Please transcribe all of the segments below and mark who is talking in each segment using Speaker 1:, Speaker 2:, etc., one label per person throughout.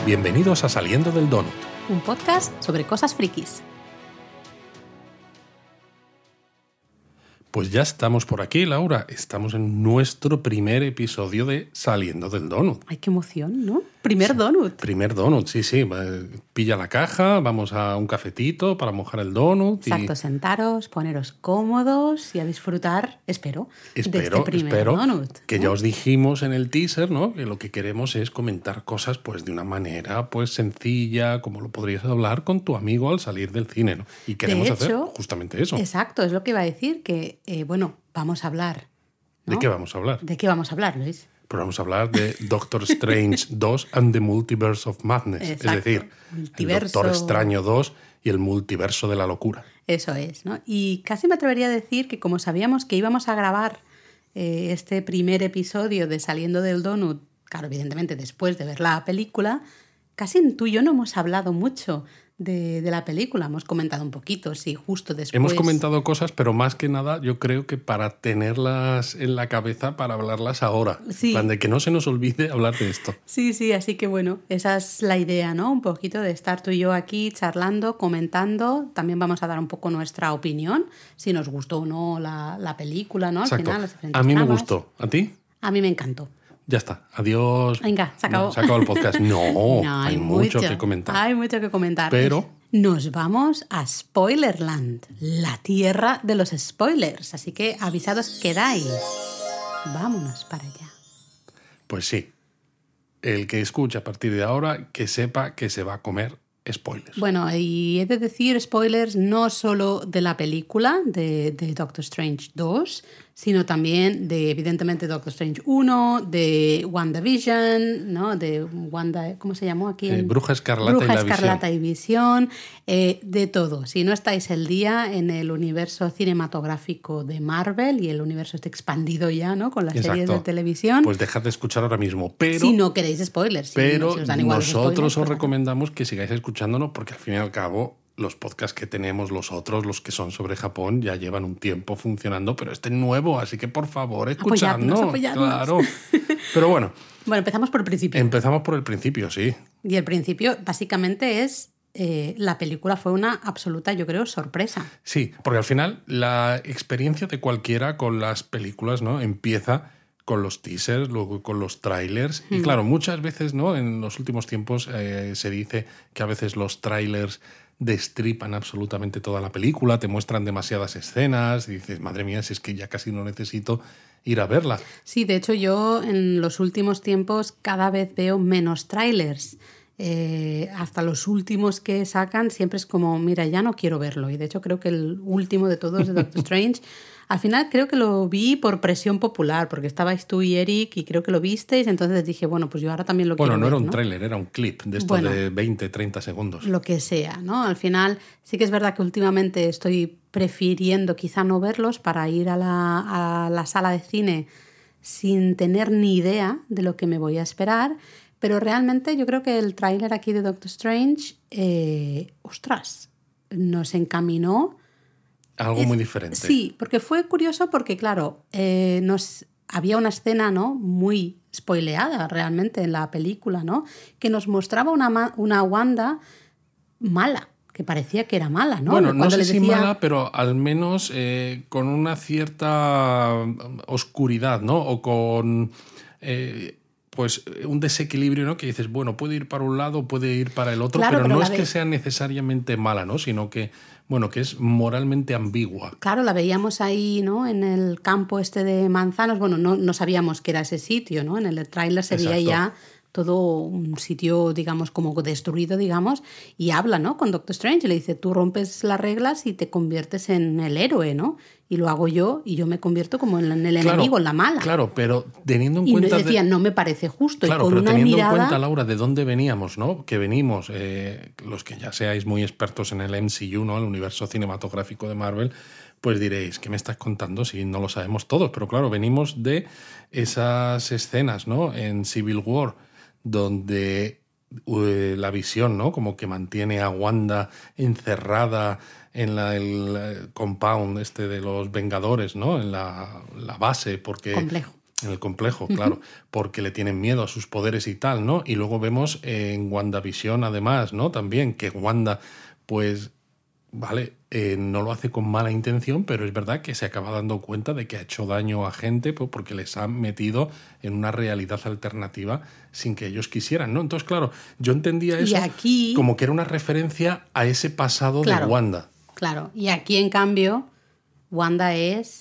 Speaker 1: Bienvenidos a Saliendo del Donut.
Speaker 2: Un podcast sobre cosas frikis.
Speaker 1: Pues ya estamos por aquí, Laura. Estamos en nuestro primer episodio de Saliendo del Donut.
Speaker 2: Ay, qué emoción, ¿no? Primer donut.
Speaker 1: Primer donut, sí. Pilla la caja, vamos a un cafetito para mojar el donut.
Speaker 2: Exacto, sentaros, poneros cómodos y a disfrutar, espero de este primer donut.
Speaker 1: Que ya os dijimos en el teaser, ¿no? Que lo que queremos es comentar cosas pues de una manera pues sencilla, como lo podrías hablar con tu amigo al salir del cine, ¿no? Y queremos hacer justamente eso.
Speaker 2: Exacto, es lo que iba a decir, que vamos a hablar, ¿no?
Speaker 1: ¿De qué vamos a hablar?
Speaker 2: ¿De qué vamos a hablar, Luis?
Speaker 1: Pero vamos a hablar de Doctor Strange 2 and the Multiverse of Madness.
Speaker 2: Exacto.
Speaker 1: Es decir, el Doctor Extraño 2 y el multiverso de la locura.
Speaker 2: Eso es, ¿no? Y casi me atrevería a decir que como sabíamos que íbamos a grabar este primer episodio de Saliendo del Donut, claro, evidentemente después de ver la película, casi tú y yo no hemos hablado mucho de la película. Hemos comentado un poquito, sí, justo después.
Speaker 1: Hemos comentado cosas, pero más que nada yo creo que para tenerlas en la cabeza, para hablarlas ahora.
Speaker 2: Sí.
Speaker 1: En plan de que no se nos olvide hablar de esto.
Speaker 2: Sí, así que bueno, esa es la idea, ¿no? Un poquito de estar tú y yo aquí charlando, comentando. También vamos a dar un poco nuestra opinión, si nos gustó o no la película, ¿no? Al
Speaker 1: Exacto.
Speaker 2: final, las diferentes
Speaker 1: A mí
Speaker 2: tramas.
Speaker 1: me gustó. ¿A ti?
Speaker 2: A mí me encantó.
Speaker 1: Ya está. Adiós.
Speaker 2: Venga, se acabó.
Speaker 1: No, se acabó el podcast. No,
Speaker 2: No,
Speaker 1: hay mucho que comentar.
Speaker 2: Hay mucho que comentar.
Speaker 1: Pero
Speaker 2: nos vamos a Spoilerland, la tierra de los spoilers. Así que avisados quedáis. Vámonos para allá.
Speaker 1: pues sí. El que escuche a partir de ahora, que sepa que se va a comer spoilers.
Speaker 2: Bueno, y he de decir spoilers no solo de la película de Doctor Strange 2, sino también de, evidentemente, Doctor Strange 1, de WandaVision, ¿no? De Wanda, ¿cómo se llamó aquí?
Speaker 1: Bruja Escarlata
Speaker 2: y Visión, de todo. Si no estáis el día en el universo cinematográfico de Marvel y el universo está expandido ya, ¿no? Con las series de televisión.
Speaker 1: Pues dejad de escuchar ahora mismo. Pero,
Speaker 2: si no queréis spoilers.
Speaker 1: Pero
Speaker 2: si os dan igual
Speaker 1: nosotros
Speaker 2: spoilers,
Speaker 1: os recomendamos que sigáis escuchándonos porque al fin y al cabo los podcasts que tenemos, los otros, los que son sobre Japón, ya llevan un tiempo funcionando, pero este es nuevo, así que por favor, escuchadnos.
Speaker 2: Apoyadnos.
Speaker 1: Claro. Pero bueno.
Speaker 2: Bueno, empezamos por el principio.
Speaker 1: Empezamos por el principio, sí.
Speaker 2: Y el principio básicamente es la película fue una absoluta, yo creo, sorpresa.
Speaker 1: Sí, porque al final la experiencia de cualquiera con las películas, ¿no? Empieza con los teasers, luego con los trailers. Y claro, muchas veces, ¿no? En los últimos tiempos se dice que a veces los trailers destripan absolutamente toda la película, te muestran demasiadas escenas y dices, madre mía, si es que ya casi no necesito ir a verla.
Speaker 2: Sí, de hecho yo en los últimos tiempos cada vez veo menos trailers. Hasta los últimos que sacan siempre es como, mira, ya no quiero verlo. Y de hecho creo que el último de todos de Doctor Strange, al final creo que lo vi por presión popular, porque estabais tú y Eric y creo que lo visteis, entonces dije, bueno, pues yo ahora también lo quiero ver.
Speaker 1: Bueno, no era un tráiler, era un clip de estos de 20, 30 segundos.
Speaker 2: Lo que sea, ¿no? Al final sí que es verdad que últimamente estoy prefiriendo quizá no verlos para ir a la sala de cine sin tener ni idea de lo que me voy a esperar. Pero realmente yo creo que el tráiler aquí de Doctor Strange, nos encaminó.
Speaker 1: Algo muy diferente.
Speaker 2: Sí, porque fue curioso porque, claro, había una escena, ¿no? Muy spoileada realmente en la película, ¿no? Que nos mostraba una Wanda mala, que parecía que era mala, ¿no?
Speaker 1: Bueno, no sé si mala, pero al menos con una cierta oscuridad, ¿no? O con pues un desequilibrio, ¿no? Que dices, bueno, puede ir para un lado, puede ir para el otro,
Speaker 2: claro,
Speaker 1: pero no es que sea necesariamente mala, ¿no? Sino que, bueno, que es moralmente ambigua.
Speaker 2: Claro, la veíamos ahí, ¿no? En el campo este de manzanos. Bueno, no sabíamos que era ese sitio, ¿no? En el tráiler se veía ya todo un sitio, digamos, como destruido, digamos, y habla, ¿no? Con Doctor Strange, le dice, tú rompes las reglas y te conviertes en el héroe, ¿no? Y lo hago yo, y yo me convierto como en el enemigo, en la mala.
Speaker 1: Claro, pero teniendo en cuenta...
Speaker 2: Y decía, no me parece justo.
Speaker 1: Claro,
Speaker 2: y con
Speaker 1: pero
Speaker 2: una
Speaker 1: teniendo
Speaker 2: mirada...
Speaker 1: en cuenta, Laura, de dónde veníamos, ¿no? Que venimos, los que ya seáis muy expertos en el MCU, ¿no? El universo cinematográfico de Marvel, pues diréis, ¿qué me estás contando si no lo sabemos todos? Pero claro, venimos de esas escenas, ¿no? En Civil War, donde la Visión, ¿no? Como que mantiene a Wanda encerrada en el compound este de los Vengadores, ¿no? En la base, porque...
Speaker 2: Complejo.
Speaker 1: En el complejo, claro, porque le tienen miedo a sus poderes y tal, ¿no? Y luego vemos en WandaVision, además, ¿no? También que Wanda, pues, vale, no lo hace con mala intención, pero es verdad que se acaba dando cuenta de que ha hecho daño a gente porque les han metido en una realidad alternativa sin que ellos quisieran, ¿no? Entonces, claro, yo entendía eso
Speaker 2: aquí,
Speaker 1: como que era una referencia a ese pasado de Wanda.
Speaker 2: Claro, y aquí, en cambio, Wanda es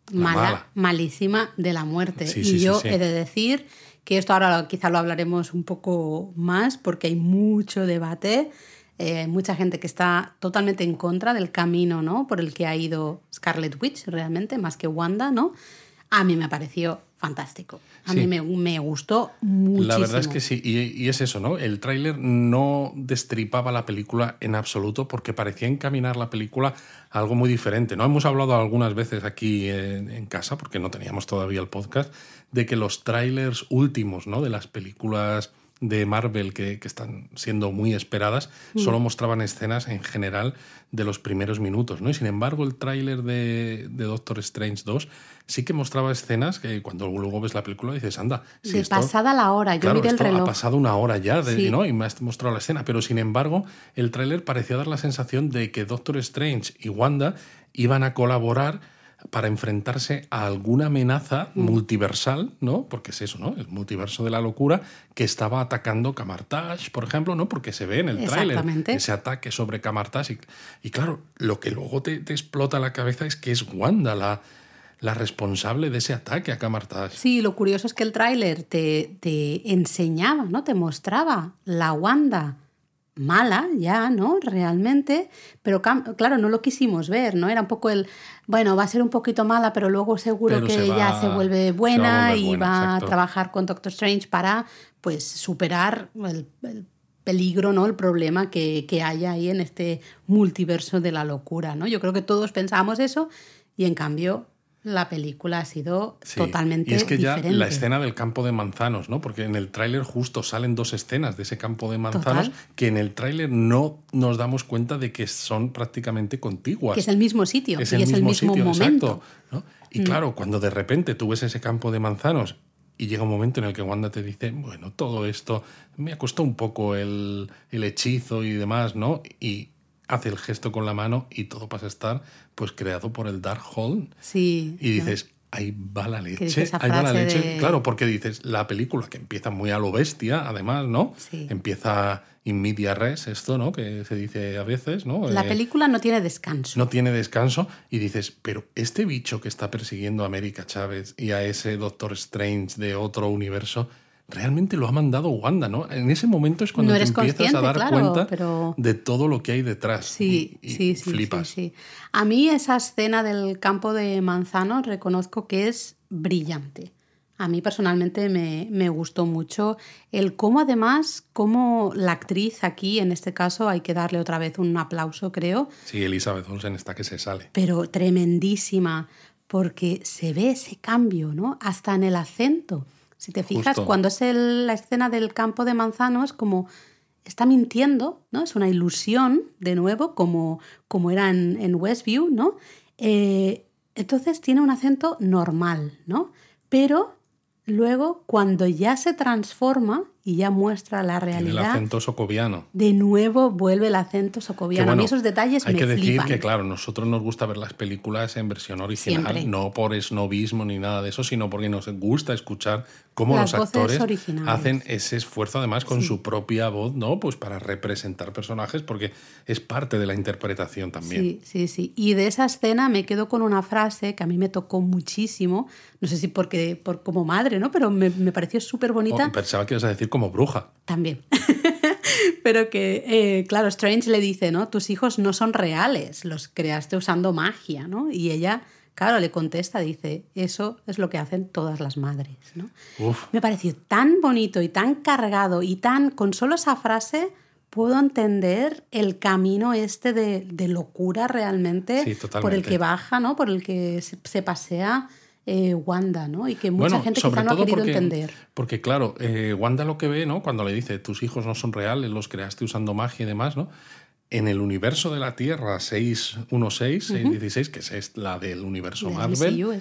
Speaker 2: malísima de la muerte.
Speaker 1: Sí,
Speaker 2: yo
Speaker 1: sí.
Speaker 2: he de decir que esto ahora quizá lo hablaremos un poco más porque hay mucho debate, mucha gente que está totalmente en contra del camino, ¿no?, por el que ha ido Scarlet Witch realmente, más que Wanda, ¿no? A mí me pareció fantástico. A mí me gustó muchísimo.
Speaker 1: La verdad es que sí, y es eso, ¿no? El tráiler no destripaba la película en absoluto porque parecía encaminar la película a algo muy diferente, ¿no? Hemos hablado algunas veces aquí en casa, porque no teníamos todavía el podcast, de que los tráilers últimos, ¿no?, de las películas de Marvel que están siendo muy esperadas, solo mostraban escenas en general de los primeros minutos, ¿no? Y sin embargo, el tráiler de Doctor Strange 2 sí que mostraba escenas que cuando luego ves la película dices, anda,
Speaker 2: si esto, pasada la hora, yo miré el reloj.
Speaker 1: Ha pasado una hora ya, ¿no? Y me has mostrado la escena, pero sin embargo, el tráiler parecía dar la sensación de que Doctor Strange y Wanda iban a colaborar para enfrentarse a alguna amenaza multiversal, ¿no? Porque es eso, ¿no? El multiverso de la locura que estaba atacando Kamar-Taj, por ejemplo, ¿no? Porque se ve en el tráiler ese ataque sobre Kamar-Taj. Y claro, lo que luego te explota la cabeza es que es Wanda la responsable de ese ataque a Kamar-Taj.
Speaker 2: Sí, lo curioso es que el tráiler te enseñaba, ¿no? Te mostraba la Wanda mala ya, ¿no? Realmente, pero claro, no lo quisimos ver, ¿no? Era un poco bueno, va a ser un poquito mala, pero luego seguro que ya se vuelve buena y va a trabajar con Doctor Strange para, pues, superar el peligro, ¿no? El problema que haya ahí en este multiverso de la locura, ¿no? Yo creo que todos pensamos eso y en cambio la película ha sido totalmente diferente.
Speaker 1: Y es que ya la escena del campo de manzanos, ¿no? Porque en el tráiler justo salen dos escenas de ese campo de manzanos que en el tráiler no nos damos cuenta de que son prácticamente contiguas.
Speaker 2: Que es el mismo sitio
Speaker 1: es
Speaker 2: y es el mismo momento.
Speaker 1: Exacto, ¿no? Y claro, cuando de repente tú ves ese campo de manzanos y llega un momento en el que Wanda te dice, bueno, todo esto me ha costado un poco el hechizo y demás, ¿no? Y hace el gesto con la mano y todo pasa a estar pues creado por el Darkhold.
Speaker 2: Sí.
Speaker 1: Y dices, ahí va la leche, ahí va la leche. Claro, porque dices, la película que empieza muy a lo bestia, además, ¿no?
Speaker 2: Sí.
Speaker 1: Empieza in media res, esto, ¿no? Que se dice a veces, ¿no?
Speaker 2: La película no tiene descanso.
Speaker 1: No tiene descanso y dices, pero este bicho que está persiguiendo a América Chávez y a ese Doctor Strange de otro universo, realmente lo ha mandado Wanda, ¿no? En ese momento es cuando te empiezas a dar cuenta de todo lo que hay detrás.
Speaker 2: Sí,
Speaker 1: y flipas.
Speaker 2: Sí. A mí esa escena del campo de manzanos reconozco que es brillante. A mí personalmente me gustó mucho el cómo además, cómo la actriz aquí, en este caso, hay que darle otra vez un aplauso, creo.
Speaker 1: Sí, Elizabeth Olsen está que se sale.
Speaker 2: Pero tremendísima, porque se ve ese cambio, ¿no? Hasta en el acento. Si te fijas, cuando es la escena del campo de manzanos, como está mintiendo, ¿no? Es una ilusión, de nuevo, como era en Westview, ¿no? Entonces tiene un acento normal, ¿no? Pero luego, cuando ya se transforma y ya muestra la realidad...
Speaker 1: Tiene el acento socoviano.
Speaker 2: De nuevo vuelve el acento socoviano.
Speaker 1: Bueno,
Speaker 2: a mí esos detalles me flipan.
Speaker 1: Hay que decir que, claro, nosotros nos gusta ver las películas en versión original, siempre. No por snobismo ni nada de eso, sino porque nos gusta escuchar cómo los actores hacen ese esfuerzo, además, con su propia voz, ¿no? Pues para representar personajes, porque es parte de la interpretación también.
Speaker 2: Sí. Y de esa escena me quedo con una frase que a mí me tocó muchísimo, no sé si por como madre, ¿no? Pero me pareció súper bonita.
Speaker 1: Pensaba que ibas a decir como bruja.
Speaker 2: También. Pero que, claro, Strange le dice, ¿no? Tus hijos no son reales, los creaste usando magia, ¿no? Y ella, claro, le contesta, dice, eso es lo que hacen todas las madres, ¿no?
Speaker 1: Uf.
Speaker 2: Me pareció tan bonito y tan cargado y con solo esa frase puedo entender el camino este de locura realmente por el que baja, ¿no? Por el que se pasea Wanda, ¿no? Y que mucha gente quizá no ha querido entender.
Speaker 1: Porque claro, Wanda lo que ve, ¿no? Cuando le dice, tus hijos no son reales, los creaste usando magia y demás, ¿no? en el universo de la Tierra 616, 616, que es la del universo Marvel,
Speaker 2: MCU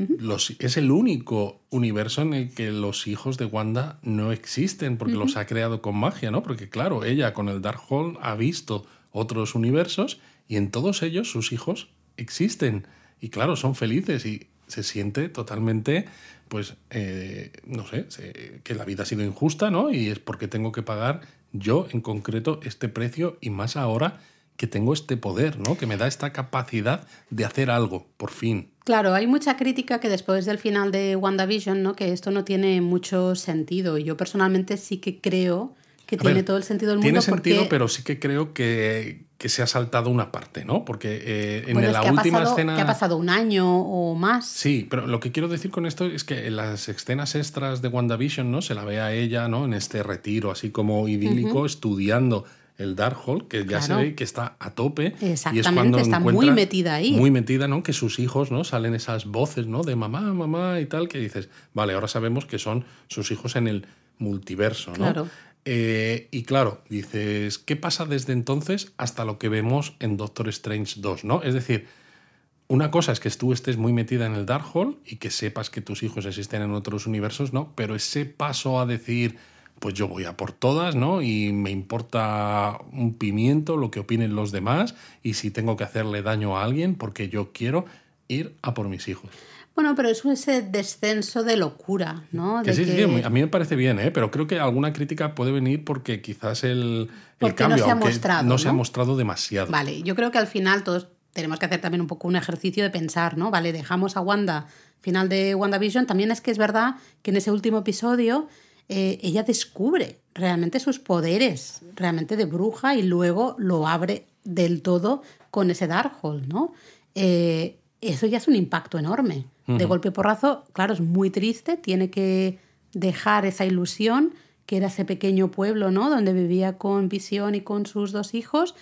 Speaker 1: es el único universo en el que los hijos de Wanda no existen, porque los ha creado con magia, ¿no? Porque claro, ella con el Darkhold ha visto otros universos y en todos ellos sus hijos existen. Y claro, son felices y se siente totalmente, pues, no sé, que la vida ha sido injusta, ¿no? Y es porque tengo que pagar yo, en concreto, este precio y más ahora que tengo este poder, ¿no? Que me da esta capacidad de hacer algo, por fin.
Speaker 2: Claro, hay mucha crítica que después del final de WandaVision, ¿no? Que esto no tiene mucho sentido. Yo personalmente sí que creo que tiene todo el sentido del mundo.
Speaker 1: Tiene sentido, pero sí que creo que se ha saltado una parte, ¿no? Porque en
Speaker 2: bueno,
Speaker 1: la
Speaker 2: es que
Speaker 1: última
Speaker 2: pasado,
Speaker 1: escena...
Speaker 2: que ha pasado un año o más.
Speaker 1: Sí, pero lo que quiero decir con esto es que en las escenas extras de WandaVision, ¿no? Se la ve a ella, ¿no? En este retiro así como idílico, estudiando el Darkhold, que ya se ve que está a tope.
Speaker 2: Exactamente,
Speaker 1: y es cuando
Speaker 2: está muy metida ahí.
Speaker 1: Muy metida, ¿no? Que sus hijos, ¿no? Salen esas voces, ¿no? De mamá, mamá y tal, que dices, vale, ahora sabemos que son sus hijos en el multiverso, ¿no?
Speaker 2: Claro.
Speaker 1: Y claro, dices, ¿qué pasa desde entonces hasta lo que vemos en Doctor Strange 2, ¿no? Es decir, una cosa es que tú estés muy metida en el Darkhold y que sepas que tus hijos existen en otros universos, ¿no? Pero ese paso a decir, pues yo voy a por todas, ¿no? Y me importa un pimiento lo que opinen los demás y si tengo que hacerle daño a alguien porque yo quiero ir a por mis hijos.
Speaker 2: Bueno, pero es ese descenso de locura, ¿no?
Speaker 1: Sí, a mí me parece bien, ¿eh? Pero creo que alguna crítica puede venir porque quizás el cambio no se ha mostrado demasiado.
Speaker 2: Vale, yo creo que al final todos tenemos que hacer también un poco un ejercicio de pensar, ¿no? Vale, dejamos a Wanda, final de WandaVision. También es que es verdad que en ese último episodio ella descubre realmente sus poderes, realmente de bruja, y luego lo abre del todo con ese Darkhold, ¿no? Eso ya es un impacto enorme. De golpe y porrazo, claro, es muy triste, tiene que dejar esa ilusión que era ese pequeño pueblo, ¿no? Donde vivía con Visión y con sus 2 hijos,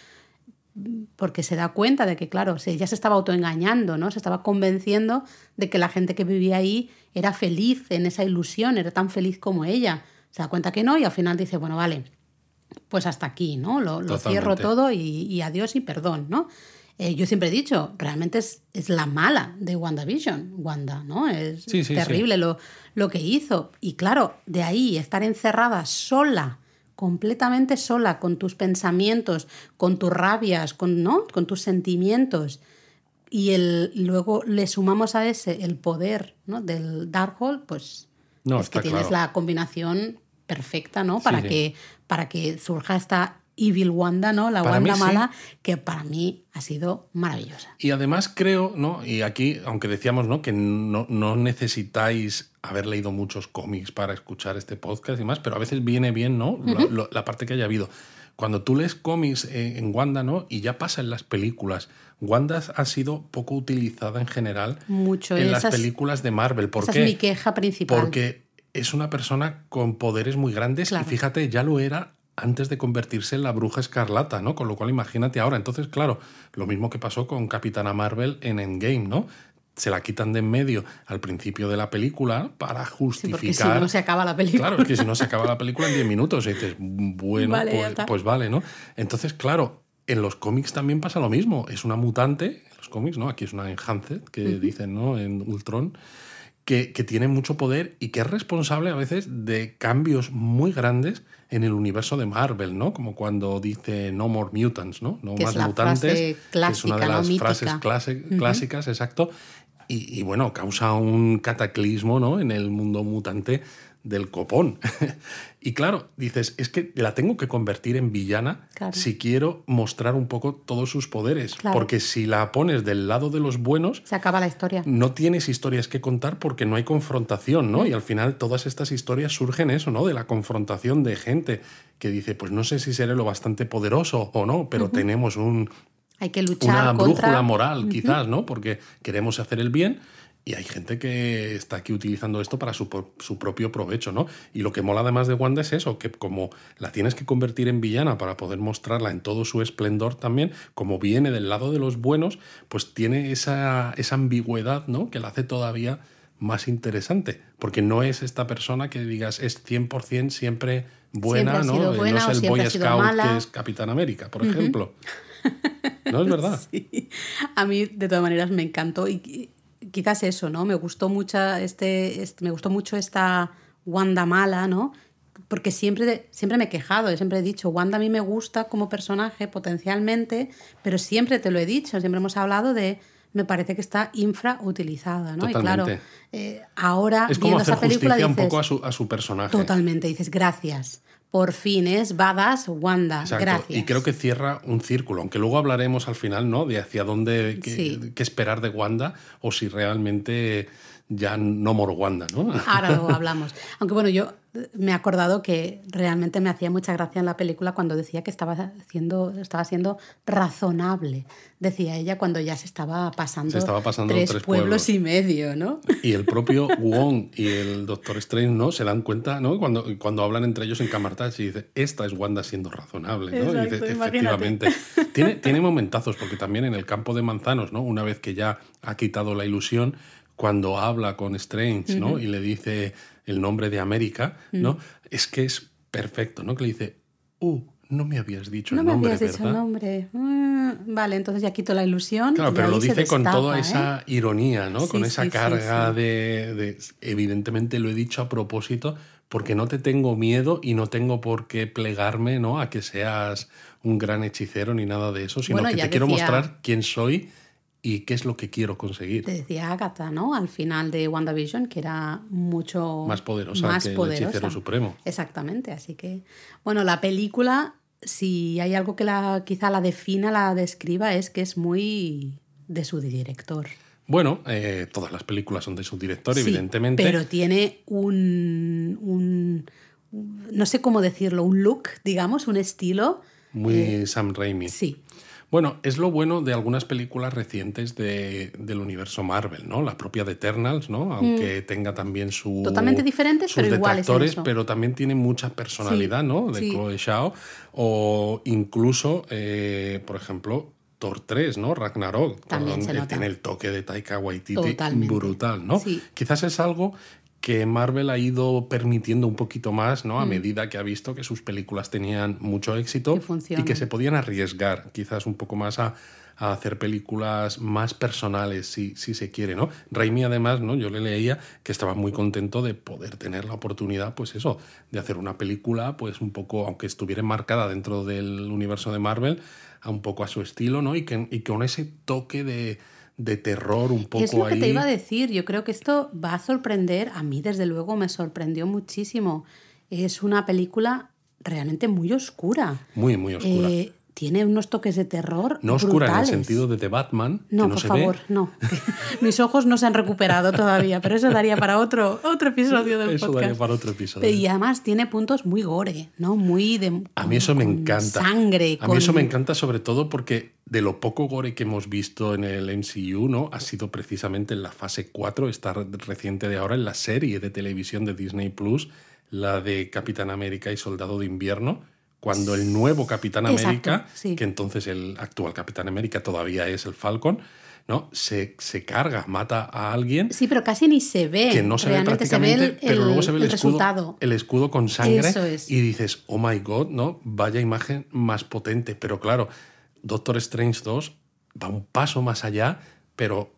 Speaker 2: porque se da cuenta de que, claro, ella se estaba autoengañando, ¿no? Se estaba convenciendo de que la gente que vivía ahí era feliz en esa ilusión, era tan feliz como ella. Se da cuenta que no y al final dice, bueno, vale, pues hasta aquí, ¿no? Lo cierro todo y adiós y perdón, ¿no? Yo siempre he dicho, realmente es la mala de WandaVision, Wanda, ¿no? Es terrible lo que hizo. Y claro, de ahí estar encerrada sola, completamente sola, con tus pensamientos, con tus rabias, ¿no? Con tus sentimientos. Y luego le sumamos a ese el poder, ¿no? Del Darkhold, pues es que tienes la combinación perfecta, ¿no? Para que surja esta Evil Wanda, ¿no? La Wanda mala, que para mí ha sido maravillosa.
Speaker 1: Y además creo, ¿no? Y aquí, aunque decíamos, ¿no? Que no necesitáis haber leído muchos cómics para escuchar este podcast y más, pero a veces viene bien, ¿no? La parte que haya habido. Cuando tú lees cómics en Wanda, ¿no? Y ya pasa en las películas. Wanda ha sido poco utilizada en general en las películas de Marvel. ¿Por qué?
Speaker 2: Esa es mi queja principal.
Speaker 1: Porque es una persona con poderes muy grandes y fíjate, ya lo era antes de convertirse en la Bruja Escarlata, ¿no? Con lo cual imagínate ahora. Entonces, claro, lo mismo que pasó con Capitana Marvel en Endgame, ¿no? Se la quitan de en medio al principio de la película para justificar...
Speaker 2: Sí, porque si no se acaba la película.
Speaker 1: Claro, es que si no se acaba la película en 10 minutos y dices, bueno,
Speaker 2: vale,
Speaker 1: pues vale, ¿no? Entonces, claro, en los cómics también pasa lo mismo. Es una mutante, en los cómics, ¿no? Aquí es una Enhanced, que dicen, ¿no? En Ultron, que tiene mucho poder y que es responsable a veces de cambios muy grandes en el universo de Marvel, ¿no? Como cuando dice No More Mutants, ¿no? No más mutantes,
Speaker 2: clásica,
Speaker 1: que es una de las frases clásicas, exacto. Y bueno, causa un cataclismo, ¿no? En el mundo mutante del copón. Y claro, dices, es que la tengo que convertir en villana si quiero mostrar un poco todos sus poderes. Porque si la pones del lado de los buenos...
Speaker 2: Se acaba la historia.
Speaker 1: No tienes historias que contar porque no hay confrontación, ¿no? Y al final todas estas historias surgen eso, ¿no? De la confrontación de gente que dice, pues no sé si seré lo bastante poderoso o no, pero tenemos
Speaker 2: hay que luchar
Speaker 1: una brújula moral, quizás, ¿no? Porque queremos hacer el bien y hay gente que está aquí utilizando esto para su propio provecho, ¿no? Y lo que mola además de Wanda es eso, que como la tienes que convertir en villana para poder mostrarla en todo su esplendor también, como viene del lado de los buenos, pues tiene esa ambigüedad, ¿no? Que la hace todavía más interesante, porque no es esta persona que digas es 100% siempre buena,
Speaker 2: siempre
Speaker 1: ¿no?
Speaker 2: Buena,
Speaker 1: no es el Boy Scout
Speaker 2: mala.
Speaker 1: que es Capitán América, por ejemplo. ¿No es verdad?
Speaker 2: Sí. A mí, de todas maneras, me encantó y quizás eso, ¿no? Me gustó mucho me gustó mucho esta Wanda mala, ¿no? Porque siempre me he quejado, siempre he dicho, Wanda a mí me gusta como personaje potencialmente, pero siempre te lo he dicho, siempre hemos hablado de, me parece que está infrautilizada, ¿no?
Speaker 1: Totalmente.
Speaker 2: Y claro, ahora
Speaker 1: es como
Speaker 2: viendo
Speaker 1: hacer
Speaker 2: esa película
Speaker 1: justicia
Speaker 2: dices,
Speaker 1: un poco a su personaje.
Speaker 2: Totalmente, dices, gracias. Por fin es badass Wanda,
Speaker 1: Exacto.
Speaker 2: gracias.
Speaker 1: Y creo que cierra un círculo, aunque luego hablaremos al final, ¿no? De hacia dónde, qué esperar de Wanda o si realmente ya no more Wanda, ¿no?
Speaker 2: Ahora luego hablamos. Aunque bueno, yo me he acordado que realmente me hacía mucha gracia en la película cuando decía que estaba siendo razonable. Decía ella cuando ya se estaba pasando tres pueblos y medio, ¿no?
Speaker 1: Y el propio Wong y el Doctor Strange, ¿no? Se dan cuenta, ¿no? Cuando hablan entre ellos en Camartage y dice, esta es Wanda siendo razonable, ¿no?
Speaker 2: Exacto,
Speaker 1: y dice, efectivamente. Tiene momentazos, porque también en el campo de manzanos, ¿no? Una vez que ya ha quitado la ilusión, cuando habla con Strange, ¿no? Y le dice el nombre de América, ¿no? Es que es perfecto, ¿no? Que le dice, no me habías dicho el nombre, ¿verdad?
Speaker 2: No me habías dicho el nombre. Vale, entonces ya quito la ilusión.
Speaker 1: Claro, pero lo dice con toda
Speaker 2: ¿eh?
Speaker 1: esa ironía, ¿no?
Speaker 2: Sí,
Speaker 1: con esa carga
Speaker 2: sí.
Speaker 1: de... Evidentemente lo he dicho a propósito porque no te tengo miedo y no tengo por qué plegarme, ¿no? A que seas un gran hechicero ni nada de eso, sino que te quiero mostrar quién soy y qué es lo que quiero conseguir.
Speaker 2: Te decía Agatha, ¿no? Al final de WandaVision, que era mucho
Speaker 1: más poderosa que el hechicero supremo.
Speaker 2: Exactamente, así que... Bueno, la película, si hay algo que quizá la defina, la describa, es que es muy de su director.
Speaker 1: Bueno, todas las películas son de su director, evidentemente.
Speaker 2: Pero tiene un no sé cómo decirlo, un look, digamos, un estilo...
Speaker 1: Muy Sam Raimi.
Speaker 2: Sí.
Speaker 1: Bueno, es lo bueno de algunas películas recientes del universo Marvel, ¿no? La propia de Eternals, ¿no? Aunque tenga también
Speaker 2: totalmente diferentes,
Speaker 1: sus
Speaker 2: pero
Speaker 1: detractores,
Speaker 2: iguales,
Speaker 1: pero también tiene mucha personalidad, ¿no? De Chloe Zhao. O incluso, por ejemplo, Thor 3, ¿no? Ragnarok.
Speaker 2: También se nota.
Speaker 1: Tiene el toque de Taika Waititi brutal, ¿no?
Speaker 2: Sí.
Speaker 1: Quizás es algo que Marvel ha ido permitiendo un poquito más, ¿no? A medida que ha visto que sus películas tenían mucho éxito y que se podían arriesgar quizás un poco más a hacer películas más personales, si se quiere, ¿no? Raimi, además, ¿no? Yo le leía que estaba muy contento de poder tener la oportunidad, pues eso, de hacer una película, pues un poco, aunque estuviera enmarcada dentro del universo de Marvel, un poco a su estilo, ¿no? Y con ese toque de terror un poco ahí.
Speaker 2: Es lo que te iba a decir. Yo creo que esto va a sorprender. A mí, desde luego, me sorprendió muchísimo. Es una película realmente muy oscura.
Speaker 1: Muy, muy oscura.
Speaker 2: Tiene unos toques de terror
Speaker 1: no oscura
Speaker 2: brutales.
Speaker 1: En el sentido de The Batman.
Speaker 2: No,
Speaker 1: que no
Speaker 2: por
Speaker 1: se
Speaker 2: favor,
Speaker 1: ve.
Speaker 2: no. Mis ojos no se han recuperado todavía, pero eso daría para otro episodio del podcast.
Speaker 1: Eso daría para otro episodio.
Speaker 2: Y además tiene puntos muy gore, ¿no? Muy de...
Speaker 1: A mí eso me encanta.
Speaker 2: Sangre.
Speaker 1: A mí eso me encanta sobre todo porque de lo poco gore que hemos visto en el MCU, ¿no? Ha sido precisamente en la fase 4, esta reciente de ahora, en la serie de televisión de Disney Plus, la de Capitán América y Soldado de Invierno, cuando el nuevo Capitán América, que entonces el actual Capitán América todavía es el Falcon, ¿no? Se carga, mata a alguien.
Speaker 2: Sí, pero casi ni se ve.
Speaker 1: Que no se ve prácticamente, pero luego se ve el escudo con sangre.
Speaker 2: Eso es.
Speaker 1: Y dices, oh my God, ¿no? Vaya imagen más potente. Pero claro, Doctor Strange 2 va un paso más allá, pero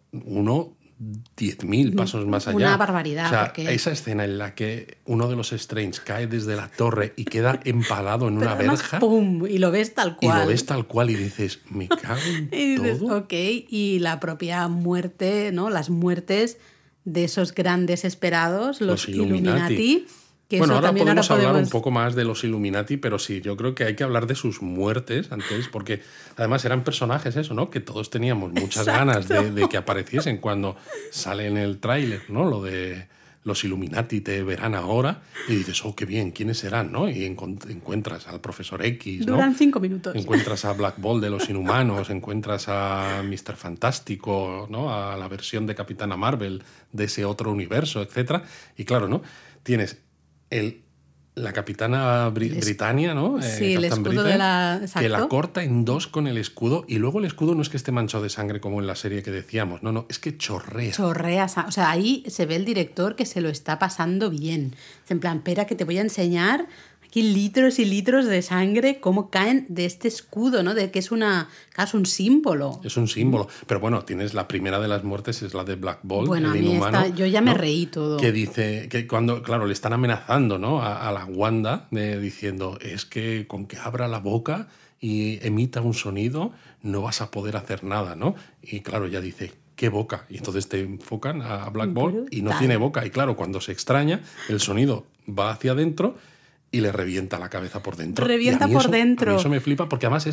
Speaker 1: 10.000 pasos más allá.
Speaker 2: Una barbaridad.
Speaker 1: O sea,
Speaker 2: porque...
Speaker 1: esa escena en la que uno de los Strange cae desde la torre y queda empalado en una verja.
Speaker 2: ¡Pum! Y lo ves tal cual.
Speaker 1: Y lo ves tal cual y dices, me cago en
Speaker 2: y dices,
Speaker 1: todo.
Speaker 2: Ok, y la propia muerte, ¿no? Las muertes de esos grandes esperados, los Illuminati. Que
Speaker 1: bueno,
Speaker 2: ahora
Speaker 1: podemos hablar un poco más de los Illuminati, pero sí, yo creo que hay que hablar de sus muertes antes, porque además eran personajes eso, ¿no? Que todos teníamos muchas ganas de que apareciesen cuando sale en el tráiler, ¿no? Lo de los Illuminati te verán ahora y dices, oh, qué bien, ¿quiénes serán, no? Y encuentras al Profesor X, ¿no?
Speaker 2: Duran 5 minutos.
Speaker 1: Encuentras a Black Bolt de los Inhumanos, encuentras a Mr. Fantástico, ¿no? A la versión de Capitana Marvel de ese otro universo, etcétera. Y claro, ¿no? Tienes el la capitana Britannia, ¿no?
Speaker 2: Sí, el
Speaker 1: Captain
Speaker 2: escudo de la...
Speaker 1: que
Speaker 2: Exacto.
Speaker 1: la corta en dos con el escudo, y luego el escudo no es que esté manchado de sangre como en la serie que decíamos, no, es que chorrea.
Speaker 2: Chorrea, o sea, ahí se ve el director que se lo está pasando bien. En plan, espera que te voy a enseñar aquí litros y litros de sangre, cómo caen de este escudo, ¿no? De que es un símbolo.
Speaker 1: Es un símbolo. Pero bueno, tienes la primera de las muertes, es la de Black Bolt,
Speaker 2: Bueno,
Speaker 1: el
Speaker 2: a mí
Speaker 1: inhumano.
Speaker 2: yo ya me reí todo.
Speaker 1: Que dice que cuando, claro, le están amenazando, ¿no? A la Wanda, diciendo, es que con que abra la boca y emita un sonido, no vas a poder hacer nada, ¿no? Y claro, ya dice, ¿qué boca? Y entonces te enfocan a Black Bolt y no tiene boca. Y claro, cuando se extraña, el sonido va hacia adentro y le revienta la cabeza por dentro.
Speaker 2: Revienta por dentro.
Speaker 1: A mí eso me flipa porque además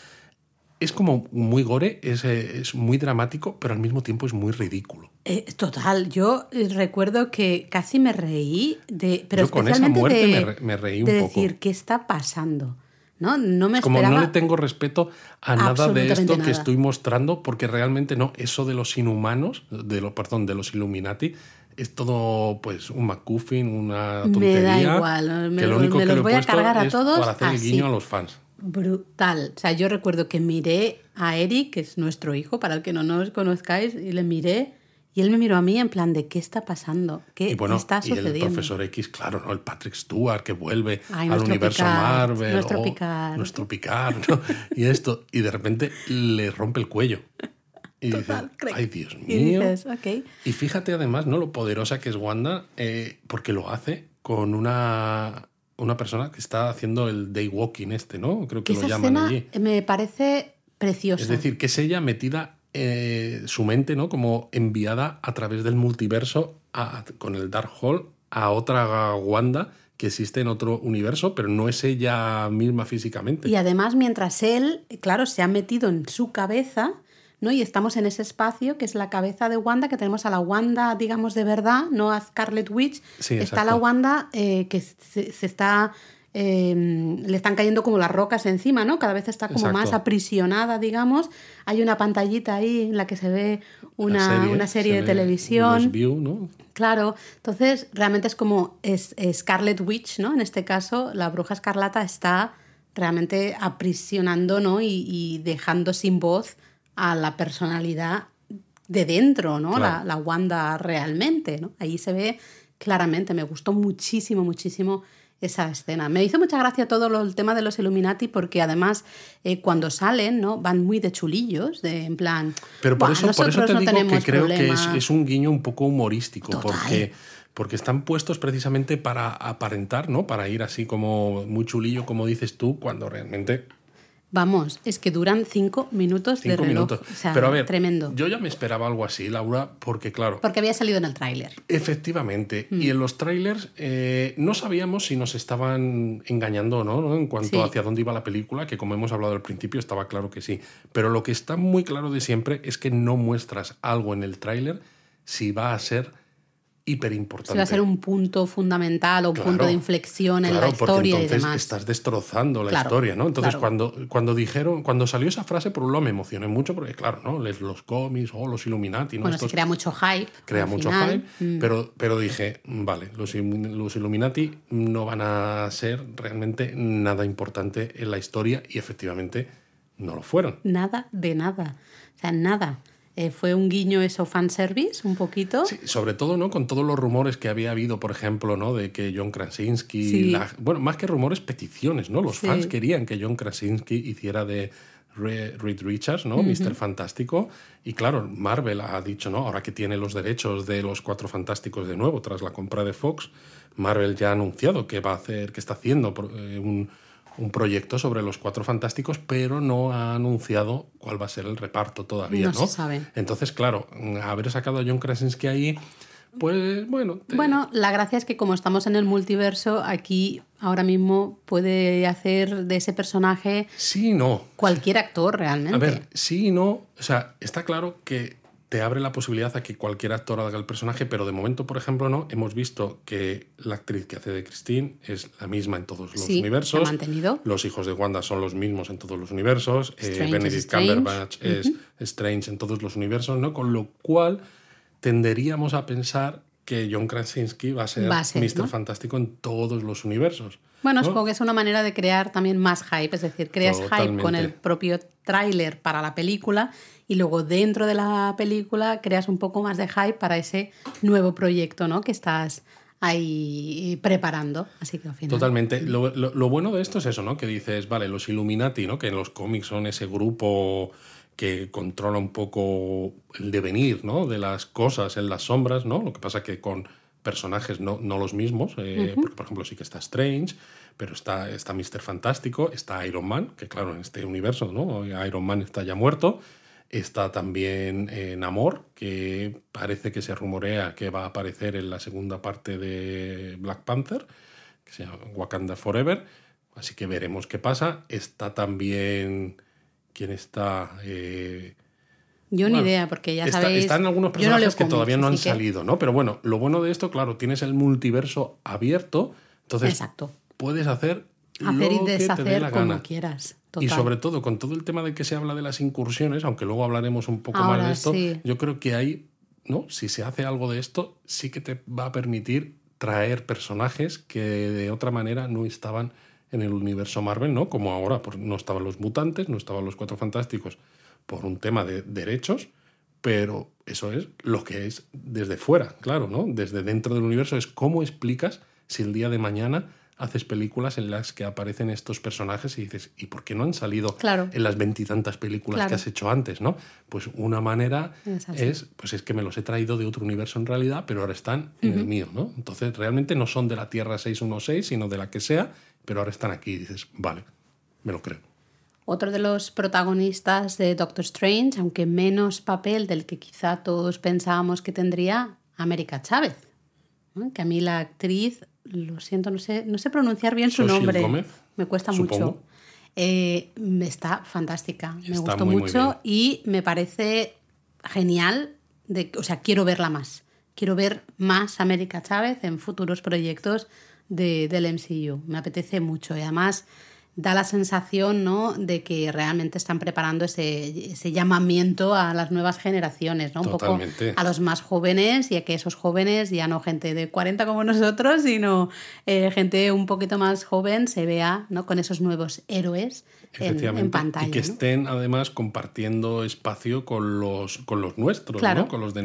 Speaker 1: es como muy gore, es muy dramático, pero al mismo tiempo es muy ridículo.
Speaker 2: Total, yo recuerdo que casi me reí pero
Speaker 1: yo con esa muerte me reí un
Speaker 2: poco. De
Speaker 1: poco.
Speaker 2: decir, ¿qué está pasando? No me
Speaker 1: como
Speaker 2: esperaba...
Speaker 1: no le tengo respeto a nada de esto que estoy mostrando, porque realmente no, eso de los inhumanos, de los Illuminati, es todo pues un MacGuffin, una tontería.
Speaker 2: Me da igual,
Speaker 1: que lo único que
Speaker 2: los
Speaker 1: le
Speaker 2: voy
Speaker 1: he
Speaker 2: a
Speaker 1: puesto
Speaker 2: cargar a
Speaker 1: es
Speaker 2: todos
Speaker 1: para hacer el
Speaker 2: así.
Speaker 1: guiño a los fans.
Speaker 2: Brutal. O sea, yo recuerdo que miré a Eric, que es nuestro hijo, para el que no nos conozcáis, y le miré, y él me miró a mí en plan de ¿qué está pasando? ¿Qué está sucediendo?
Speaker 1: Y el Profesor X, claro, ¿no? El Patrick Stewart que vuelve al
Speaker 2: Picard,
Speaker 1: universo Marvel.
Speaker 2: Nuestro
Speaker 1: Picard, ¿no? Y esto, y de repente le rompe el cuello. Y
Speaker 2: total,
Speaker 1: dices, ay, Dios mío.
Speaker 2: Y dices, okay.
Speaker 1: Y fíjate además, ¿no? Lo poderosa que es Wanda, porque lo hace con una persona que está haciendo el daywalking ¿no? Creo que lo llaman allí.
Speaker 2: Me parece preciosa.
Speaker 1: Es decir, que es ella metida, su mente, ¿no? Como enviada a través del multiverso con el Darkhold a otra Wanda que existe en otro universo, pero no es ella misma físicamente.
Speaker 2: Y además, mientras él, claro, se ha metido en su cabeza, ¿no? Y estamos en ese espacio que es la cabeza de Wanda, que tenemos a la Wanda, digamos, de verdad, no a Scarlet Witch.
Speaker 1: Sí,
Speaker 2: está la Wanda que se está... le están cayendo como las rocas encima, ¿no? Cada vez está como más aprisionada, digamos. Hay una pantallita ahí en la que se ve una serie de televisión.
Speaker 1: View, ¿no?
Speaker 2: Claro, entonces realmente es como Scarlet Witch, ¿no? En este caso, la bruja escarlata está realmente aprisionando, ¿no? Y dejando sin voz a la personalidad de dentro, ¿no?
Speaker 1: Claro.
Speaker 2: La Wanda realmente, ¿no? Ahí se ve claramente. Me gustó muchísimo, muchísimo esa escena. Me hizo mucha gracia todo el tema de los Illuminati porque además cuando salen, ¿no? Van muy de chulillos, en plan...
Speaker 1: Pero por eso te
Speaker 2: no
Speaker 1: digo que creo
Speaker 2: problema.
Speaker 1: que es un guiño un poco humorístico.
Speaker 2: Total.
Speaker 1: Porque están puestos precisamente para aparentar, ¿no? Para ir así como muy chulillo, como dices tú, cuando realmente...
Speaker 2: Vamos, es que duran 5 minutos de reloj. 5 minutos. O sea,
Speaker 1: pero a ver,
Speaker 2: tremendo.
Speaker 1: Yo ya me esperaba algo así, Laura, porque claro...
Speaker 2: Porque había salido en el tráiler.
Speaker 1: Efectivamente. Y en los tráilers no sabíamos si nos estaban engañando o no, en cuanto hacia dónde iba la película, que como hemos hablado al principio estaba claro que sí. Pero lo que está muy claro de siempre es que no muestras algo en el tráiler si va a ser hiperimportante.
Speaker 2: Si va a ser un punto fundamental o un punto de inflexión en la historia
Speaker 1: entonces
Speaker 2: y demás.
Speaker 1: Estás destrozando la historia, ¿no? Entonces cuando salió esa frase, por un lado me emocioné mucho porque claro, ¿no? Los cómics o los Illuminati, ¿no?
Speaker 2: Bueno, se crea mucho hype.
Speaker 1: Crea mucho hype, pero dije, vale, los Illuminati no van a ser realmente nada importante en la historia y efectivamente no lo fueron.
Speaker 2: Nada de nada. O sea, nada. Fue un guiño eso, fanservice, un poquito.
Speaker 1: Sí, sobre todo, ¿no? Con todos los rumores que había habido, por ejemplo, ¿no? De que John Krasinski... Bueno, más que rumores, peticiones, ¿no? Los fans querían que John Krasinski hiciera de Reed Richards, ¿no? Mr. Fantástico. Y claro, Marvel ha dicho, ¿no? Ahora que tiene los derechos de los Cuatro Fantásticos de nuevo, tras la compra de Fox, Marvel ya ha anunciado que está haciendo un proyecto sobre los Cuatro Fantásticos, pero no ha anunciado cuál va a ser el reparto todavía, ¿no?
Speaker 2: No se sabe.
Speaker 1: Entonces, claro, haber sacado a John Krasinski ahí, pues bueno...
Speaker 2: Bueno, la gracia es que como estamos en el multiverso, aquí ahora mismo puede hacer de ese personaje...
Speaker 1: Sí y no.
Speaker 2: Cualquier actor, realmente.
Speaker 1: A ver, sí y no. O sea, está claro que te abre la posibilidad a que cualquier actor haga el personaje, pero de momento, por ejemplo, no. Hemos visto que la actriz que hace de Christine es la misma en todos los universos.
Speaker 2: Se ha mantenido.
Speaker 1: Los hijos de Wanda son los mismos en todos los universos. Benedict Cumberbatch es Strange en todos los universos, ¿no? Con lo cual tenderíamos a pensar que John Krasinski va a ser Mr.
Speaker 2: ¿no?
Speaker 1: Fantástico en todos los universos.
Speaker 2: Bueno,
Speaker 1: ¿no?
Speaker 2: supongo que es una manera de crear también más hype, es decir, creas hype con el propio tráiler para la película y luego dentro de la película creas un poco más de hype para ese nuevo proyecto, ¿no? Que estás ahí preparando. Así que al final...
Speaker 1: Totalmente. Lo bueno de esto es eso, ¿no? Que dices, vale, los Illuminati, ¿no? Que en los cómics son ese grupo que controla un poco el devenir, ¿no? De las cosas en las sombras, ¿no? Lo que pasa que con personajes no los mismos, porque por ejemplo sí que está Strange, pero está Mr. Fantástico, está Iron Man, que claro, en este universo, ¿no? Iron Man está ya muerto. Está también Namor, que parece que se rumorea que va a aparecer en la segunda parte de Black Panther, que se llama Wakanda Forever, así que veremos qué pasa. Está también... ¿Quién está?
Speaker 2: Yo ni idea, porque ya sabéis...
Speaker 1: Están algunos personajes que todavía no han salido, ¿no? Pero bueno, lo bueno de esto, claro, tienes el multiverso abierto, entonces
Speaker 2: Exacto.
Speaker 1: puedes hacer
Speaker 2: y deshacer como quieras. Total.
Speaker 1: Y sobre todo, con todo el tema de que se habla de las incursiones, aunque luego hablaremos un poco más de esto, sí. Yo creo que hay, ¿no? Si se hace algo de esto, sí que te va a permitir traer personajes que de otra manera no estaban en el universo Marvel, ¿no? Como ahora, pues no estaban los mutantes, no estaban los Cuatro Fantásticos por un tema de derechos, pero eso es lo que es desde fuera, claro, ¿no? Desde dentro del universo es cómo explicas si el día de mañana haces películas en las que aparecen estos personajes y dices, ¿y por qué no han salido en las 20 y tantas películas que has hecho antes, ¿no? Pues una manera es que me los he traído de otro universo en realidad, pero ahora están en el mío, ¿no? Entonces realmente no son de la Tierra 616, sino de la que sea, pero ahora están aquí y dices, vale, me lo creo.
Speaker 2: Otro de los protagonistas de Doctor Strange, aunque menos papel del que quizá todos pensábamos que tendría, América Chávez, ¿no? Que a mí la actriz... Lo siento, no sé pronunciar bien su nombre.
Speaker 1: Gómez,
Speaker 2: me cuesta
Speaker 1: supongo.
Speaker 2: Mucho. Está fantástica, me gustó mucho y me parece genial. O sea, quiero verla más. Quiero ver más América Chávez en futuros proyectos del MCU. Me apetece mucho y además da la sensación, ¿no?, de que realmente están preparando ese llamamiento a las nuevas generaciones, ¿no?
Speaker 1: Totalmente.
Speaker 2: Un poco a los más jóvenes y a que esos jóvenes, ya no gente de 40 como nosotros, sino gente un poquito más joven se vea, ¿no?, con esos nuevos héroes en pantalla.
Speaker 1: Y que estén además compartiendo espacio con los nuestros,
Speaker 2: claro.
Speaker 1: ¿no?, con los de